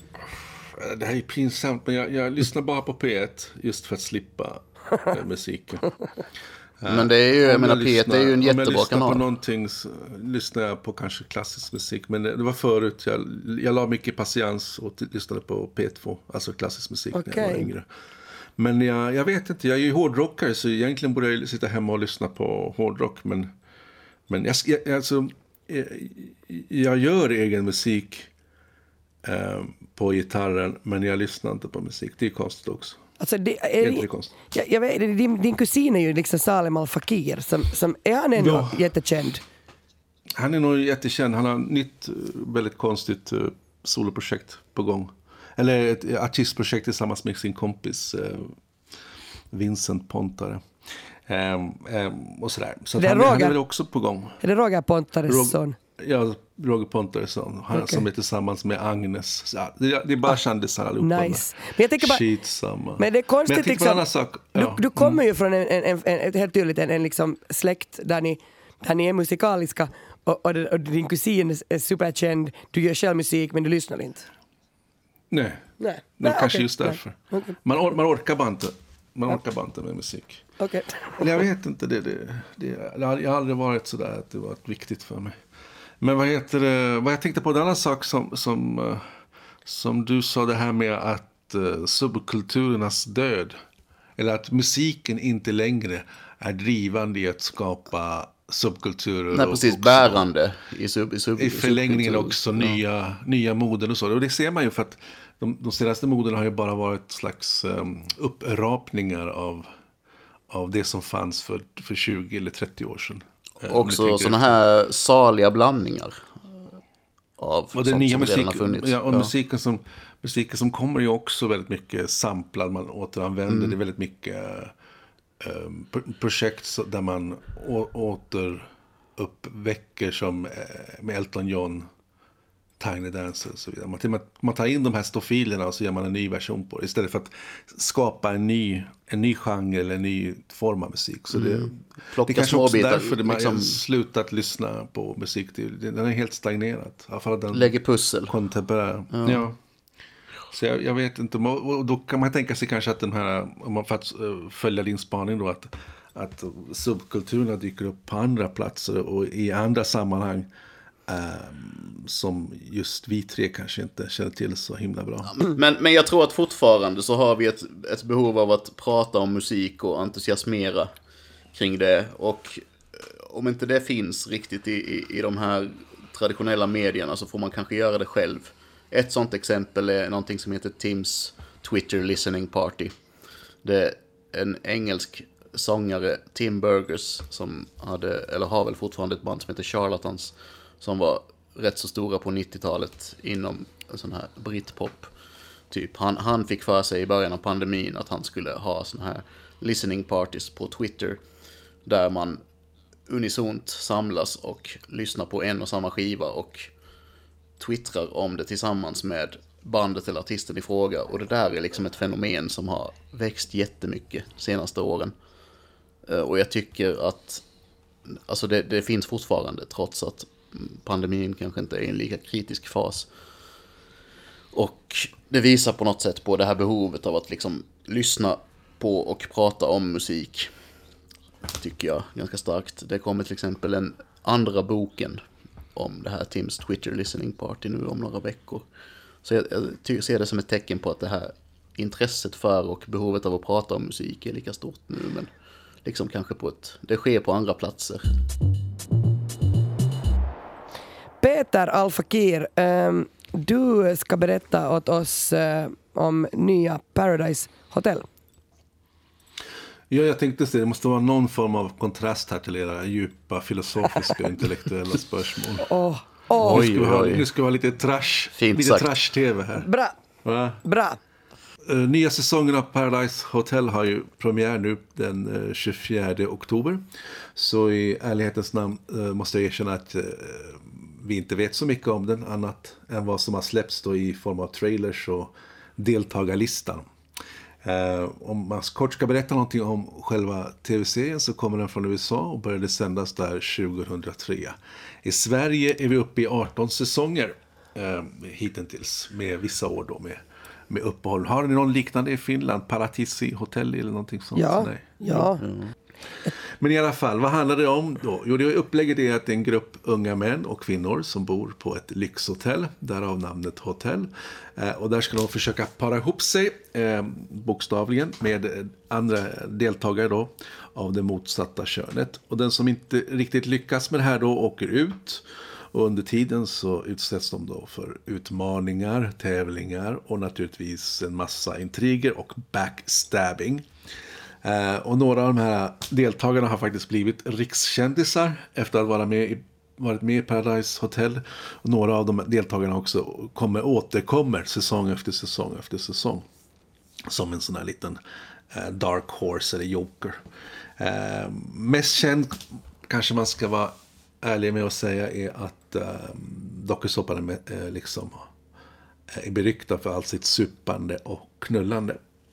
Det här är pinsamt, men jag, jag lyssnar bara på P ett just för att slippa den musiken. Men det är ju, jag Om menar, lyssnar- P ett är ju en Om jag jättebra lyssnar kanal. på någonting så lyssnar jag på kanske klassisk musik. Men det, det var förut, jag, jag la mycket patiens och t- lyssnade på P två, alltså klassisk musik när jag var Okej. yngre. Men jag, jag vet inte, jag är ju hårdrockare så egentligen borde jag sitta hemma och lyssna på hårdrock. Men, men jag, jag, alltså, jag, jag gör egen musik eh, på gitarren, men jag lyssnar inte på musik. Det är konstigt också. Alltså, det, är, Jättekonstigt. jag, jag vet, din, din kusin är ju liksom Salem Al Fakir. Som, som, är han ändå Ja. jättekänd? Han är nog jättekänd. Han har ett nytt, eh, väldigt konstigt uh, soloprojekt på gång. Eller ett eh, artistprojekt tillsammans med sin kompis eh, Vincent Pontare. Ehm, ehm, och sådär. Så att Det är han, han Roger. är väl också på gång. Är det Roger Pontares Rog- son? Ja, Roger Pontares son. Han Okej. som är tillsammans med Agnes. Så, ja, det, är- det är bara kändisar allihopa. Nice. Men jag tänker bara- Skitsamma. Men det är konstigt Men jag tänkte på liksom, en annan sak. Ja. du, du kommer ju från en, en, en, en helt tydligt en, en liksom släkt där ni, där ni är musikaliska och, och, det- och din kusin är- är superkänd, du gör själv musik men du lyssnar inte. Nej. Nej. Nej, Nej, kanske okej. just därför. Nej. Okej. Man, or, man orkar bara inte. Man orkar bara inte med musik. Okej. Eller jag vet inte, det, det, det, det har jag har aldrig varit så där att det var viktigt för mig. Men vad heter det, vad jag tänkte på en annan sak som, som, eh, som du sa, det här med att uh, subkulturernas död. Eller att musiken inte längre är drivande i att skapa subkulturer. Nej, och precis, också- bärande i, sub, i, sub, I förlängningen subkultur. också Ja. nya, nya moden och så. Och det ser man ju för att de, de senaste moden har ju bara varit slags um, upprapningar av, av det som fanns för, för tjugo eller trettio år sedan. Eh, om ni Också tänker sådana efter. här saliga blandningar av Och den sånt nya som redan har musiken, funnits. ja, och Ja. musiken, som, musiken som kommer är ju också väldigt mycket samplad, man återanvänder. Mm. Det är väldigt mycket um, pro- projekt så- där man å, åter uppväcker som eh, med Elton John, Tiny Dancer och så vidare. Man, man, man tar in de här stofilerna och så gör man en ny version på det. Istället för att skapa en ny, en ny genre eller en ny form av musik. Så det, Mm. Plocka det kanske också småbitar, därför det man liksom- har slutat lyssna på musik. Det, det, den är helt stagnerat. I alla fall den Lägger pussel. kontemporär. Ja. Så jag, jag vet inte. Och då kan man tänka sig kanske att den här, om man för att eh, följa din spaning då, att, att subkulturerna dyker upp på andra platser och i andra sammanhang ehm, som just vi tre kanske inte känner till så himla bra. Men, men jag tror att fortfarande så har vi ett, ett behov av att prata om musik och entusiasmera kring det. Och eh, om inte det finns riktigt i, i, i de här traditionella medierna så får man kanske göra det själv. Ett sånt exempel är någonting som heter Tims Twitter Listening Party. Det är en engelsk sångare, Tim Burgers, som hade, eller har väl fortfarande ett band som heter Charlatans, som var rätt så stora på nittiotalet inom en sån här britpop typ. Han, han fick för sig i början av pandemin att han skulle ha såna här listening parties på Twitter där man unisont samlas och lyssnar på en och samma skiva och twittrar om det tillsammans med bandet eller artisten i fråga. Och det där är liksom ett fenomen som har växt jättemycket de senaste åren. Eh, Och jag tycker att alltså det, det finns fortfarande, trots att pandemin kanske inte är i en lika kritisk fas. Och det visar på något sätt på det här behovet av att liksom lyssna på och prata om musik, tycker jag ganska starkt. Det kommer till exempel en andra boken om det här Tims Twitter Listening Party nu om några veckor. Så jag, jag ty- ser det som ett tecken på att det här intresset för och behovet av att prata om musik är lika stort nu, men liksom kanske på ett, det sker på andra platser. Peter Al Fakir, ehm, du ska berätta åt oss eh, om nya Paradise Hotel. Ja, jag tänkte säga, det måste vara någon form av kontrast här till era djupa filosofiska och intellektuella spörsmål. Åh, åh, Nu ska vi ha, oj. nu ska vi ha lite trash, Fint lite sagt. trash-tv här. bra, Va? bra. Eh, nya säsongen av Paradise Hotel har ju premiär nu den eh, tjugofjärde oktober. Så i ärlighetens namn eh, måste jag erkänna att eh, vi inte vet så mycket om den annat än vad som har släppts då i form av trailers och deltagarlistan. Eh, om man kort ska berätta någonting om själva tv-serien så kommer den från U S A och började sändas där tjugohundratre. I Sverige är vi uppe i arton säsonger eh, hittills, med vissa år då med, med uppehåll. Har ni någon liknande i Finland? Paradisi Hotel eller någonting sånt? Ja, Nej. ja. Men i alla fall, vad handlar det om då? Jo, det är upplägget är att det är en grupp unga män och kvinnor som bor på ett lyxhotell, därav namnet hotell. Eh, och där ska de försöka para ihop sig, eh, bokstavligen, med andra deltagare då av det motsatta könet. Och den som inte riktigt lyckas med det här då åker ut. Och under tiden så utsätts de då för utmaningar, tävlingar och naturligtvis en massa intriger och backstabbing. Eh, och några av de här deltagarna har faktiskt blivit rikskändisar efter att vara med i, varit med i Paradise Hotel. Och några av de deltagarna också kommer, återkommer säsong efter säsong efter säsong. Som en sån här liten eh, dark horse eller joker. Eh, mest känd kanske man ska vara ärlig med att säga är att eh, dokusåpan är eh, liksom är beryktad för allt sitt supande och knullande.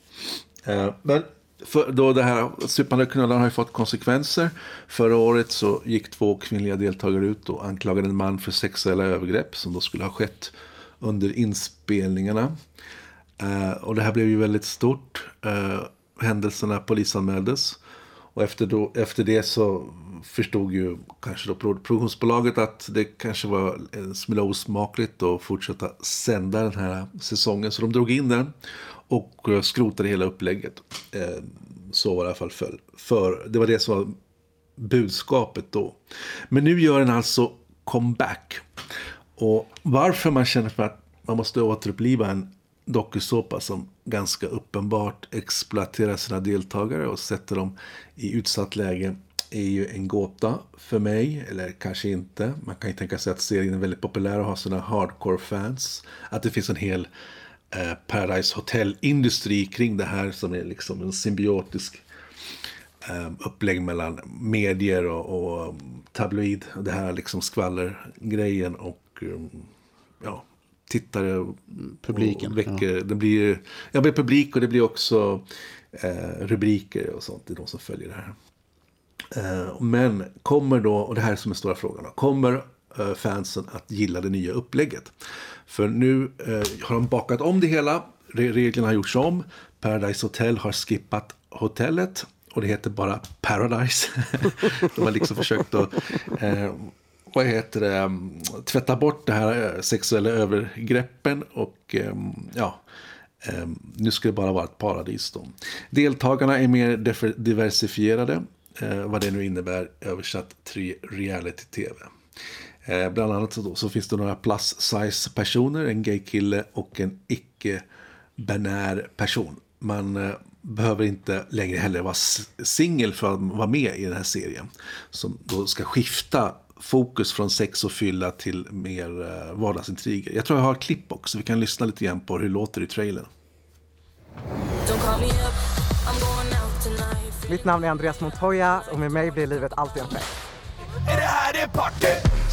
Eh, men för då det här supande och knullande har ju fått konsekvenser. Förra året så gick två kvinnliga deltagare ut och anklagade en man för sexuella övergrepp som då skulle ha skett under inspelningarna. Eh, och det här blev ju väldigt stort. Eh, händelserna polisanmäldes. Och efter, då, efter det så förstod ju kanske då produktionsbolaget att det kanske var en smula osmakligt att fortsätta sända den här säsongen. Så de drog in den och skrotade hela upplägget. Eh, så var det i alla fall för, för. Det var det som var budskapet då. Men nu gör den alltså comeback. Och varför man känner för att man måste återuppliva en dokusåpa som ganska uppenbart exploaterar sina deltagare och sätter dem i utsatt läge är ju en gåta för mig, eller kanske inte. Man kan ju tänka sig att serien är väldigt populär och har sina hardcore-fans. Att det finns en hel eh, Paradise Hotel-industri kring det här som är liksom en symbiotisk eh, upplägg mellan medier och, och tabloid. Det här liksom skvallergrejen och eh, ja, tittare och publiken. Och väcker, ja. Det blir, ja, det blir publik och det blir också eh, rubriker och sånt. Det är de som följer det här. Eh, men kommer då, och det här är som är stora frågan då, kommer eh, fansen att gilla det nya upplägget? För nu eh, har de bakat om det hela. Reglerna har gjorts om. Paradise Hotel har skippat hotellet och det heter bara Paradise. De har liksom försökt att eh, vad heter det, tvätta bort det här sexuella övergreppen och ja, nu ska det bara vara ett paradis då. Deltagarna är mer diversifierade, vad det nu innebär översatt till reality-tv. Bland annat så, då, så finns det några plus-size personer, en gay-kille och en icke-binär person. Man behöver inte längre heller vara singel för att vara med i den här serien som då ska skifta fokus från sex och fylla till mer vardagsintriger. Jag tror jag har ett klipp också. Vi kan lyssna lite grann på hur det låter i trailern. Mitt namn är Andreas Montoya och med mig blir livet alltid en fest. Är det här det party?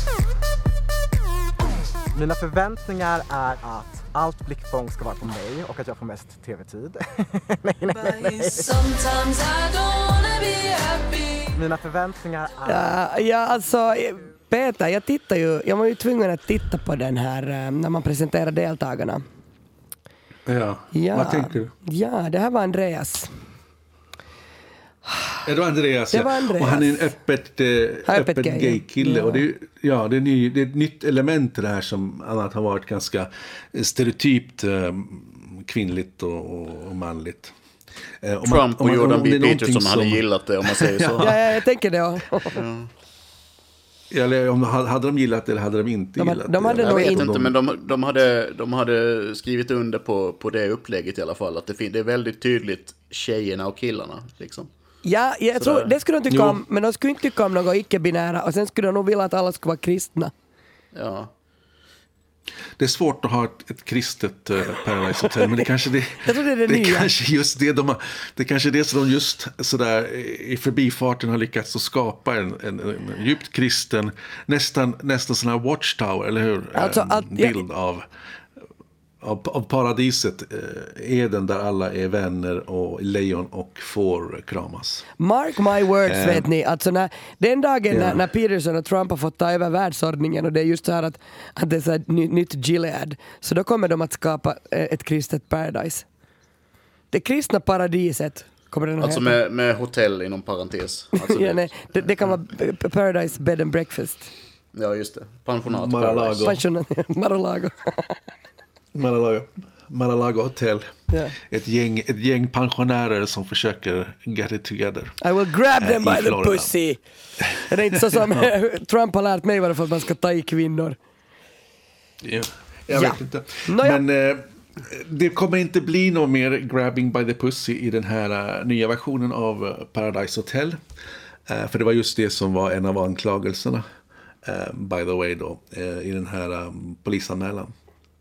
Mina förväntningar är att allt blickfång ska vara på mig och att jag får mest tv-tid. nej, nej, nej, nej. Mina förväntningar är... Ja, ja, alltså Peter, jag tittar ju, jag var ju tvungen att titta på den här när man presenterar deltagarna. Ja, ja. Vad tänker du? Ja, det här var Andreas. Är det Andreas? Det var Andreas. Och han är en öppet, eh, öppet, öppet gay-kille. Ja. Och det är, ja, det, är ny, det är ett nytt element i det här som annat har varit ganska stereotypt eh, kvinnligt och, och, och manligt. Eh, Trump man, och Jordan B. Peterson som... hade gillat det om man säger så. ja, ja, jag tänker det. Ja. Eller om hade de gillat det eller hade de inte de, gillat de hade det? Jag vet inte, men de, de, hade, de hade skrivit under på, på det upplägget i alla fall. Att det, fin- det är väldigt tydligt tjejerna och killarna. Liksom. Ja, jag Sådär. tror, det skulle de tycka jo. om, men de skulle inte tycka om något icke-binära. Och sen skulle de nog vilja att alla skulle vara kristna. Ja. Det är svårt att ha ett, ett kristet uh, Paradise Hotel, men det kanske det, jag tror det är det, det nya. kanske just det de har, det kanske är det som de just sådär i förbifarten har lyckats att skapa en, en, en djupt kristen, nästan nästan sån här watchtower, eller hur? Alltså, en att, bild jag... av Av, av paradiset, eh, Eden där alla är vänner och lejon och får kramas. Mark my words, Eh. vet ni. Alltså när, den dagen Ja. när, när Peterson och Trump har fått ta över världsordningen och det är just så här att, att det är så här ny, nytt Gilead, så då kommer de att skapa eh, ett kristet paradise. Det kristna paradiset kommer den att Alltså heta. med, med hotell inom parentes. Alltså ja, det, nej, det, det kan vara Paradise Bed and Breakfast. ja, just det. Pensionat Mar-a-Lago. Paradise. Pensionen, Mar-a-Lago. Mar-a-Lago. Mar-a-Lago Hotel. Ja. Ett, gäng, ett gäng pensionärer som försöker get it together. I will grab them Äh, i by the Florida. pussy. Det är inte så som Trump har lärt mig varför man ska ta i kvinnor. Ja, jag Ja. vet inte. Nåja. Men eh, det kommer inte bli någon mer grabbing by the pussy i den här uh, nya versionen av uh, Paradise Hotel. Uh, för det var just det som var en av anklagelserna, uh, by the way då, uh, i den här um, polisanmälan.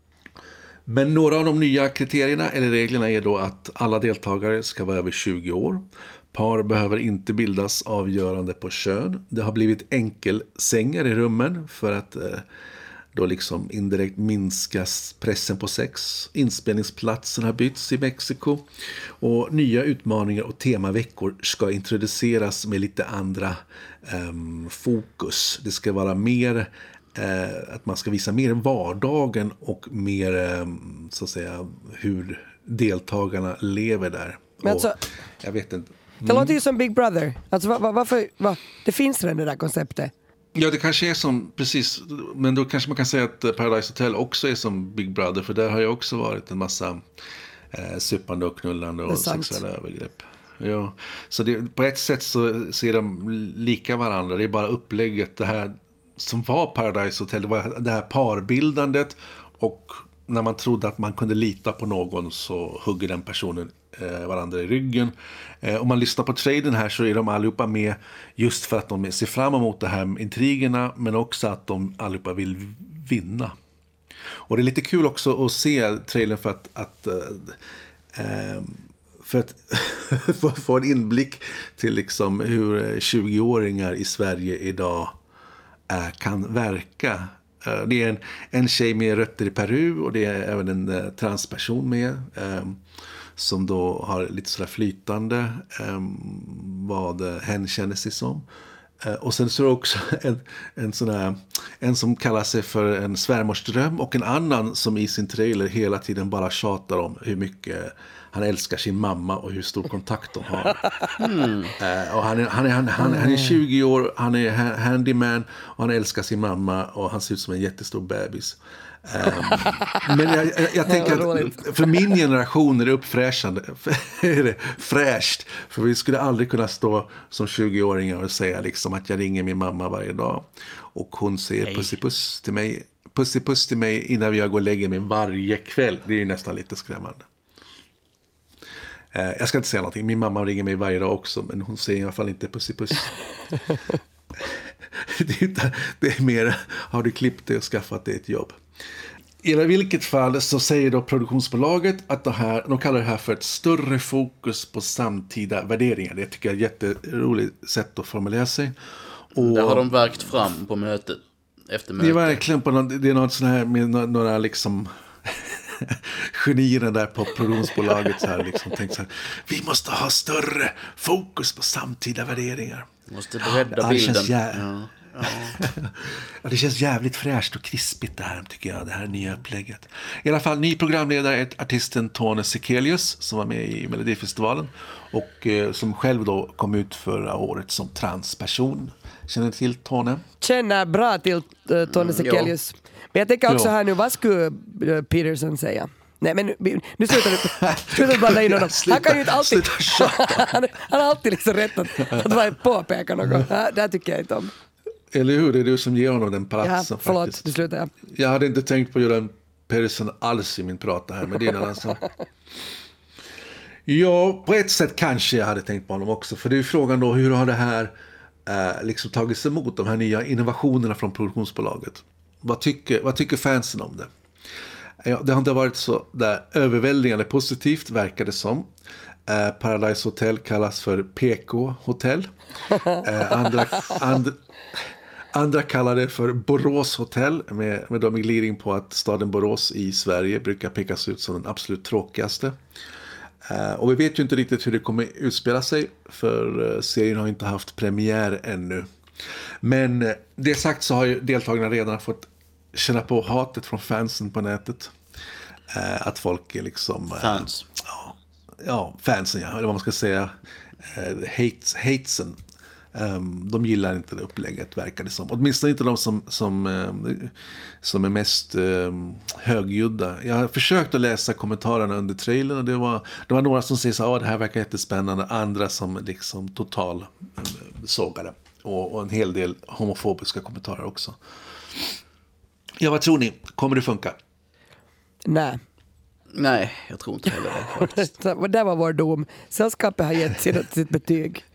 Men några av de nya kriterierna eller reglerna är då att alla deltagare ska vara över tjugo år. Par behöver inte bildas avgörande på kön. Det har blivit enkelsängar i rummen för att eh, då liksom indirekt minskas pressen på sex. Inspelningsplatsen har bytts i Mexiko. Och nya utmaningar och temaveckor ska introduceras med lite andra eh, fokus. Det ska vara mer... Eh, att man ska visa mer vardagen och mer eh, så att säga hur deltagarna lever där. Men alltså, och, jag vet inte. det låter ju som Big Brother. Alltså, va, va, varför, va? Det finns redan det där konceptet. Ja, det kanske är som, precis, men då kanske man kan säga att Paradise Hotel också är som Big Brother, för där har ju också varit en massa eh, suppande och knullande och sexuella övergrepp. Ja, så det, på ett sätt så ser de lika varandra, det är bara upplägget, det här som var Paradise Hotel, det var det här parbildandet, och när man trodde att man kunde lita på någon så hugger den personen eh, varandra i ryggen. Eh, om man lyssnar på traden här så är de allihopa med just för att de ser fram emot de här intrigerna, men också att de allihopa vill vinna. Och det är lite kul också att se trailern för att, att eh, för att få, få en inblick till liksom hur tjugo-åringar i Sverige idag kan verka. Det är en, en tjej med rötter i Peru, och det är även en uh, transperson med um, som då har lite sådär flytande um, vad uh, hen känner sig som. Uh, och sen så är det också en, en sån här, en som kallar sig för en svärmorsdröm, och en annan som i sin trailer hela tiden bara tjatar om hur mycket han älskar sin mamma och hur stor kontakt de har. Mm. Uh, och han, är, han, är, han, han, han är tjugo år, han är handyman och han älskar sin mamma och han ser ut som en jättestor bebis. Um, men jag, jag, jag tänker att för min generation är det uppfräschande, är det fräscht, för vi skulle aldrig kunna stå som tjugo-åringar och säga liksom att jag ringer min mamma varje dag och hon säger pussy puss till mig, pussy puss till mig innan jag går och lägger mig varje kväll. Det är ju nästan lite skrämmande. Uh, jag ska inte säga någonting, min mamma ringer mig varje dag också, men hon säger i alla fall inte pussy puss. det, är inte, det är mer, har du klippt det och skaffat dig ett jobb? I vilket fall så säger då produktionsbolaget att det här, de kallar det här för ett större fokus på samtida värderingar. Det tycker jag är ett jätteroligt sätt att formulera sig. Och det har de verkt fram på mötet, efter mötet. Det är verkligen på något, det är något sån här med några liksom genierna där på produktionsbolaget så här liksom tänkt så här, vi måste ha större fokus på samtida värderingar. Måste bredda ja, bilden. Det känns, jä... ja. Ja. ja, det känns jävligt fräscht och krispigt det här, tycker jag, det här nya upplägget. I alla fall, ny programledare är artisten Tone Sekelius som var med i Melodifestivalen och eh, som själv då kom ut förra året som transperson. Känner du till Tone? Känner bra till uh, Tone Sekelius. Mm, men jag tänker också ja. här nu, vad skulle uh, Peterson säga? Nej, men nu, nu slutar du slutar blanda in honom. Han kan ju inte alltid han, han har alltid liksom rätt att, att vara påpeka något. Ja, det tycker jag inte om. Eller hur, det är du som ger honom den platsen. Ja, förlåt, faktiskt. du slutar jag. Jag hade inte tänkt på att göra en Peterson alls i min prata här med din alltså. Ja, på ett sätt kanske jag hade tänkt på honom också. För det är ju frågan då, hur har det här eh, liksom tagits emot, de här nya innovationerna från produktionsbolaget? Vad tycker, vad tycker fansen om det? Ja, det har inte varit så där överväldigande positivt, verkar det som. Eh, Paradise Hotel kallas för P K Hotel. Eh, andra, and, andra kallar det för Borås Hotel, med, med de glidning på att staden Borås i Sverige brukar pekas ut som den absolut tråkigaste. Eh, och vi vet ju inte riktigt hur det kommer utspela sig, för eh, serien har inte haft premiär ännu. Men eh, det sagt så har ju deltagarna redan fått känna på hatet från fansen på nätet. Eh, att folk är liksom... Fans. Eh, ja, ja, fansen, ja, eller vad man ska säga, eh, hates, hatesen. Um, de gillar inte det upplägget, verkar det som. Åtminstone inte de som, som, um, som är mest um, högljudda. Jag har försökt att läsa kommentarerna under trailern och det var, det var några som säger så här, det här verkar jättespännande. Andra som liksom total um, sågade. Och, och en hel del homofobiska kommentarer också. Ja, vad tror ni? Kommer det funka? Nej. Nej, jag tror inte heller det faktiskt. Det var vår dom. Sällskapet har gett sitt, sitt betyg.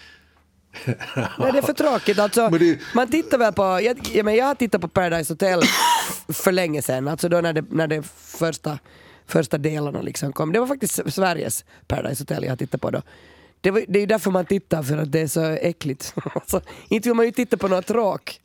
Nej, det är för tråkigt. Alltså, det... Man tittar väl på... Jag, jag, men jag har tittat på Paradise Hotel för länge sedan. Alltså då när det, när det första, första delarna liksom kom. Det var faktiskt Sveriges Paradise Hotel jag har tittat på då. Det, var, det är ju därför man tittar, för att det är så äckligt. Alltså, inte vill man ju titta på något tråk.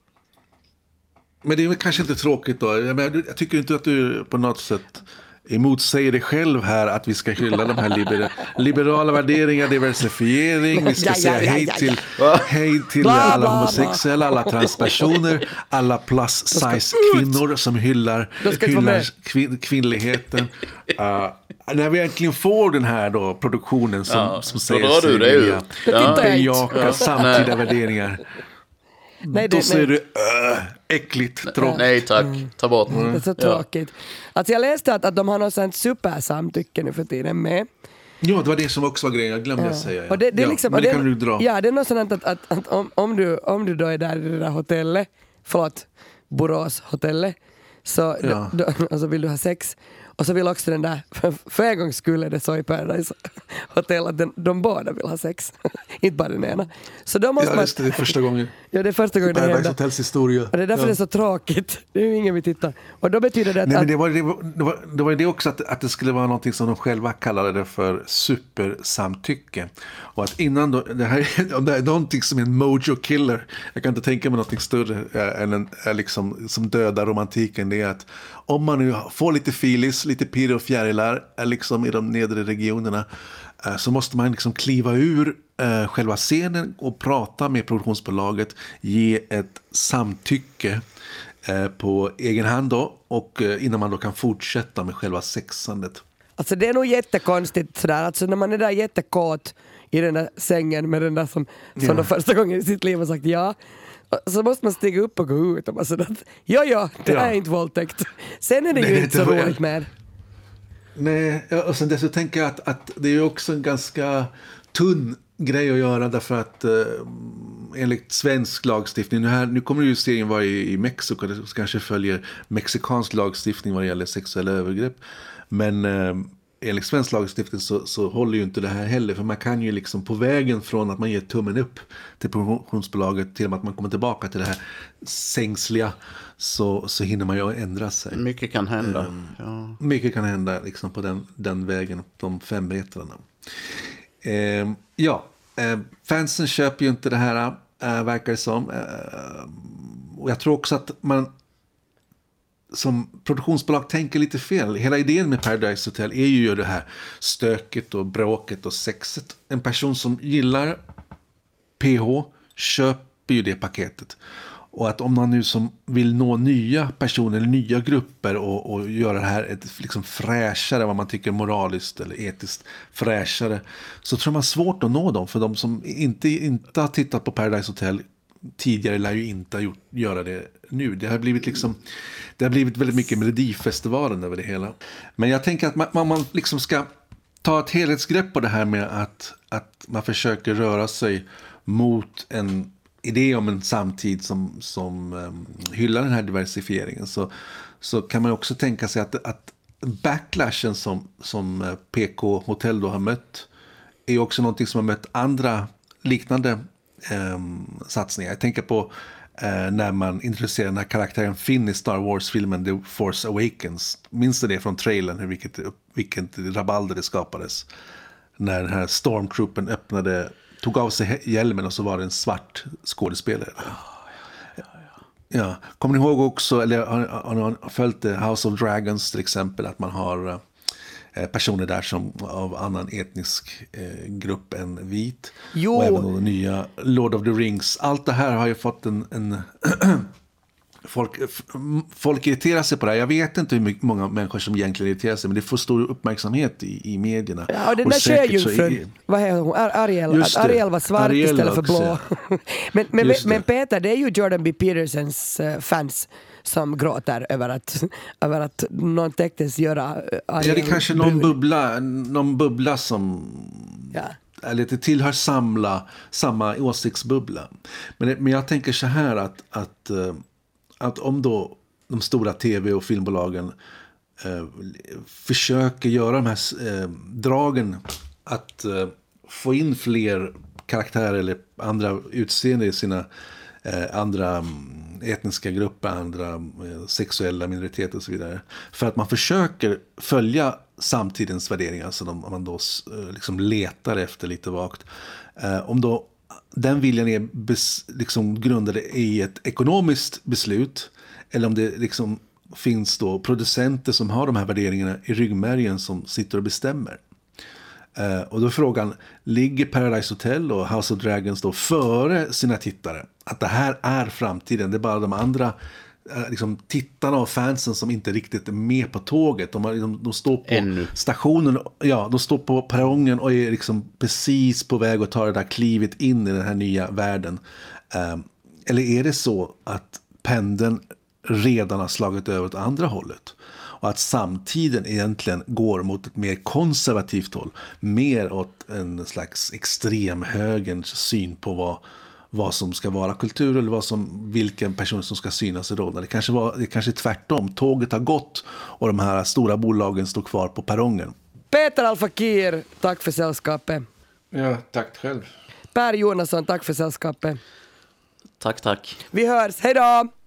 Men det är kanske inte tråkigt då. Jag, men, jag tycker inte att du på något sätt emotsäger dig själv här att vi ska hylla de här liber- liberala värderingar, diversifiering, vi ska ja, säga ja, ja, hej ja, till, ja. hej till Bla, alla bla, homosexuella, alla transpersoner, alla plus size kvinnor som hyllar, hyllar kvin- kvinnligheten. Uh, när vi äntligen får den här då, produktionen som, ja, som säger sig vilja bejaka ja. samtida värderingar. Nej, då det, ser du uh, äckligt tråkigt. Nej tack, ta bort. Mm. Det är så tråkigt. Ja. Alltså jag läste att, att de har något sånt supersamtycke nu för tiden med. Ja, det var det som också var grejen, jag glömde ja. säga. Ja. Och det, det är ja, liksom, men det, det kan du dra. Ja, det är något sånt att, att, att om, om, du, om du då är där i det där hotellet, förlåt, Borås hotellet, så ja. då, och så vill du ha sex. Och så vill också den där, för, för en gång skulle det så i Paradise Hotel att den, de båda vill ha sex. Inte bara den ena. Så då måste ja, man... just det, det är första gången. Ja, det är första gången det Paradise händer. Hotels historia. Och det är därför ja. det är så tråkigt. Det är ju ingen vi tittar. Och då betyder det att... Nej, men det var det, det, var, det var det också att, att det skulle vara någonting som de själva kallade det för supersamtycke. Och att innan då, det här det är någonting som är en mojo killer. Jag kan inte tänka mig någonting större än en, liksom, som dödar romantiken. Det är att om man nu får lite filis, lite pirr och fjärilar liksom i de nedre regionerna, så måste man liksom kliva ur eh, själva scenen och prata med produktionsbolaget, ge ett samtycke eh, på egen hand då, och eh, innan man då kan fortsätta med själva sexandet. Alltså det är nog jättekonstigt sådär, alltså när man är där jättekåt i den där sängen med den där som, som ja. de första gången i sitt liv har sagt ja, så måste man stiga upp och gå ut och bara sådär, ja ja, det ja. är inte våldtäkt. Sen är det Nej, ju inte så roligt jag... mer. Nej, och sen dessutom tänker jag att, att det är också en ganska tunn grej att göra, därför att eh, enligt svensk lagstiftning, nu, här, nu kommer ju serien vara i, i Mexiko, det kanske följer mexikansk lagstiftning vad det gäller sexuella övergrepp, men eh, enligt svensk lagstiftning så, så håller ju inte det här heller, för man kan ju liksom på vägen från att man ger tummen upp till produktionsbolaget till att man kommer tillbaka till det här sängsliga, så, så hinner man ju ändra sig. Mycket kan hända. Um, ja. Mycket kan hända liksom på den, den vägen, de fem metrarna. Um, ja, um, fansen köper ju inte det här, uh, verkar det som. Uh, och jag tror också att man som produktionsbolag tänker lite fel. Hela idén med Paradise Hotel är ju det här stöket och bråket och sexet. En person som gillar P H köper ju det paketet. Och att om man nu som vill nå nya personer eller nya grupper och, och göra det här ett liksom fräschare, vad man tycker moraliskt eller etiskt fräschare, så tror man svårt att nå dem. För de som inte, inte har tittat på Paradise Hotel tidigare lär ju inte ha gjort, göra det nu. Det har blivit liksom, det har blivit väldigt mycket Melodifestivalen över det hela. Men jag tänker att man, man liksom ska ta ett helhetsgrepp på det här med att, att man försöker röra sig mot en idé om en samtid som, som um, hyllar den här diversifieringen, så, så kan man också tänka sig att, att backlashen som, som P K Hotel då har mött är också någonting som har mött andra liknande um, satsningar. Jag tänker på uh, när man introducerar den här karaktären Finn i Star Wars-filmen The Force Awakens. Minns du det från trailern, hur vilket, vilket rabalder det skapades när den här stormtroopen öppnade, tog av sig hjälmen och så var det en svart skådespelare. Oh, ja, ja, ja. Ja. Kommer ni ihåg också, eller har, har ni följt House of Dragons till exempel, att man har eh, personer där som av annan etnisk eh, grupp än vit. Jo. Och även de nya Lord of the Rings. Allt det här har ju fått en, en folk, folk irriterar sig på det här. Jag vet inte hur mycket, många människor som egentligen irriterar sig, men det får stor uppmärksamhet i, i medierna. Ja, och den där sjöjungfrun, vad heter hon? Ariel, Ariel var svart Ariel istället för blå. men, men, men, men Peter, det är ju Jordan B. Petersons uh, fans som gråter över att, över att någon täcktes göra Ariel. Ja, det är kanske någon bubbla, någon bubbla som... Ja. Eller det tillhör samla, samma åsiktsbubbla. Men, men jag tänker så här att, att, att om då de stora tv- och filmbolagen eh, försöker göra de här eh, dragen att eh, få in fler karaktärer eller andra utseende i sina eh, andra etniska grupper, andra eh, sexuella minoriteter och så vidare. För att man försöker följa samtidens värderingar, så de, man då eh, liksom letar efter lite vagt. Eh, om då den viljan är bes, liksom grundade i ett ekonomiskt beslut, eller om det liksom finns då producenter som har de här värderingarna i ryggmärgen som sitter och bestämmer. Uh, och då är frågan, ligger Paradise Hotel och House of Dragons då före sina tittare? Att det här är framtiden, det är bara de andra uh, liksom, tittarna och fansen som inte riktigt är med på tåget. De, har, de, de står på Ännu. stationen, ja, de står på perrongen och är liksom precis på väg att ta det där klivet in i den här nya världen. Uh, eller är det så att pendeln redan har slagit över åt andra hållet? Och att samtiden egentligen går mot ett mer konservativt håll. Mer åt en slags extremhögerns syn på vad, vad som ska vara kultur. Eller vad som, vilken person som ska synas i rollen. Det kanske, var, det kanske är tvärtom. Tåget har gått och de här stora bolagen står kvar på perrongen. Peter Al-Fakir, tack för sällskapet. Ja, tack själv. Per Jonasson, tack för sällskapet. Tack, tack. Vi hörs, hej då!